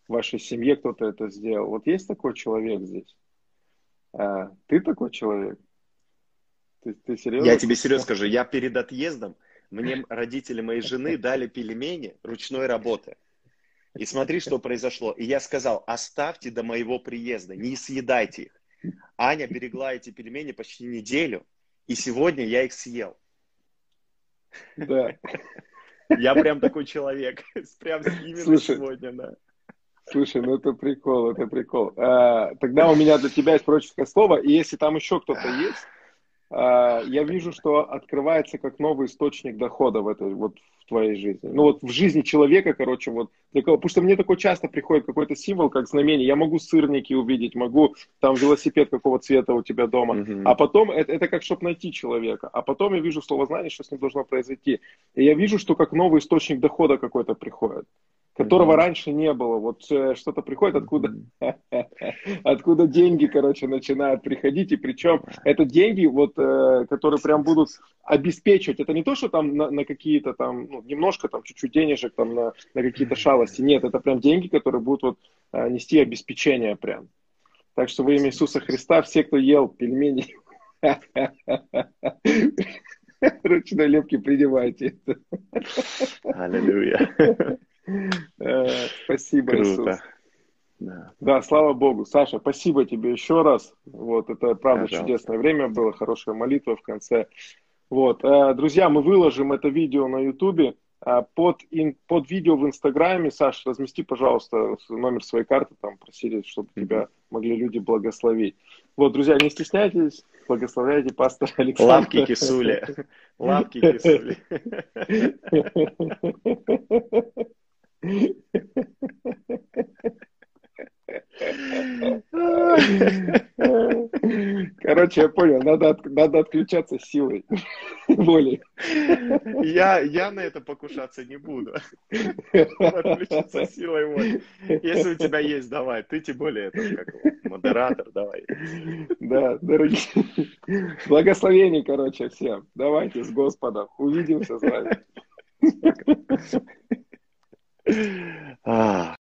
в вашей семье кто-то это сделал. Вот есть такой человек здесь? А, ты такой человек? Ты, ты Я серьезно? тебе серьезно скажу, я перед отъездом, мне родители моей жены дали пельмени ручной работы. И смотри, что произошло. И я сказал, оставьте до моего приезда, не съедайте их. Аня берегла эти пельмени почти неделю, и сегодня я их съел. Да. Я прям такой человек. Прям именно Слушай, сегодня, да. слушай, ну это прикол, это прикол. А, тогда у меня для тебя есть пророческое слово, и если там еще кто-то есть, а, я вижу, что открывается как новый источник дохода в этой, вот в твоей жизни. Ну вот в жизни человека, короче, вот для кого, потому что мне такой часто приходит какой-то символ, как знамение. Я могу сырники увидеть, могу там велосипед какого цвета у тебя дома, а Угу. потом это, это как чтобы найти человека, а потом я вижу слово знание, что с ним должно произойти. И я вижу, что как новый источник дохода какой-то приходит, которого Угу. раньше не было. Вот э, что-то приходит, откуда, Угу. откуда деньги, короче, начинают приходить. И причем это деньги, вот, э, которые прям будут обеспечивать. Это не то, что там на, на какие-то там, ну, немножко там чуть-чуть денежек там на, на какие-то шалости. Нет, это прям деньги, которые будут вот э, нести обеспечение прям. Так что во имя Иисуса Христа все, кто ел пельмени ручной лепки, принимайте это. Аллилуйя. Э, Спасибо, Иисус. Круто. Да, Да, слава Богу. Саша, спасибо тебе еще раз. Вот, это правда пожалуйста. чудесное время было, хорошая молитва в конце. Вот, э, друзья, мы выложим это видео на Ютубе. А Под, ин- под видео в Инстаграме, Саш, размести, пожалуйста, с- номер своей карты, там просили, чтобы тебя Мгм. могли люди благословить. Вот, друзья, не стесняйтесь, благословляйте пастора Лапки Александра. кисули. Лапки кисули. Короче, я понял, надо, от- надо отключаться силой воли. Я, я на это покушаться не буду. Отключиться силой воли. Если у тебя есть, давай. Ты тем более этот, как его, модератор, давай. Да, дорогие. Благословений, короче, всем. Давайте с Господом. Увидимся с вами.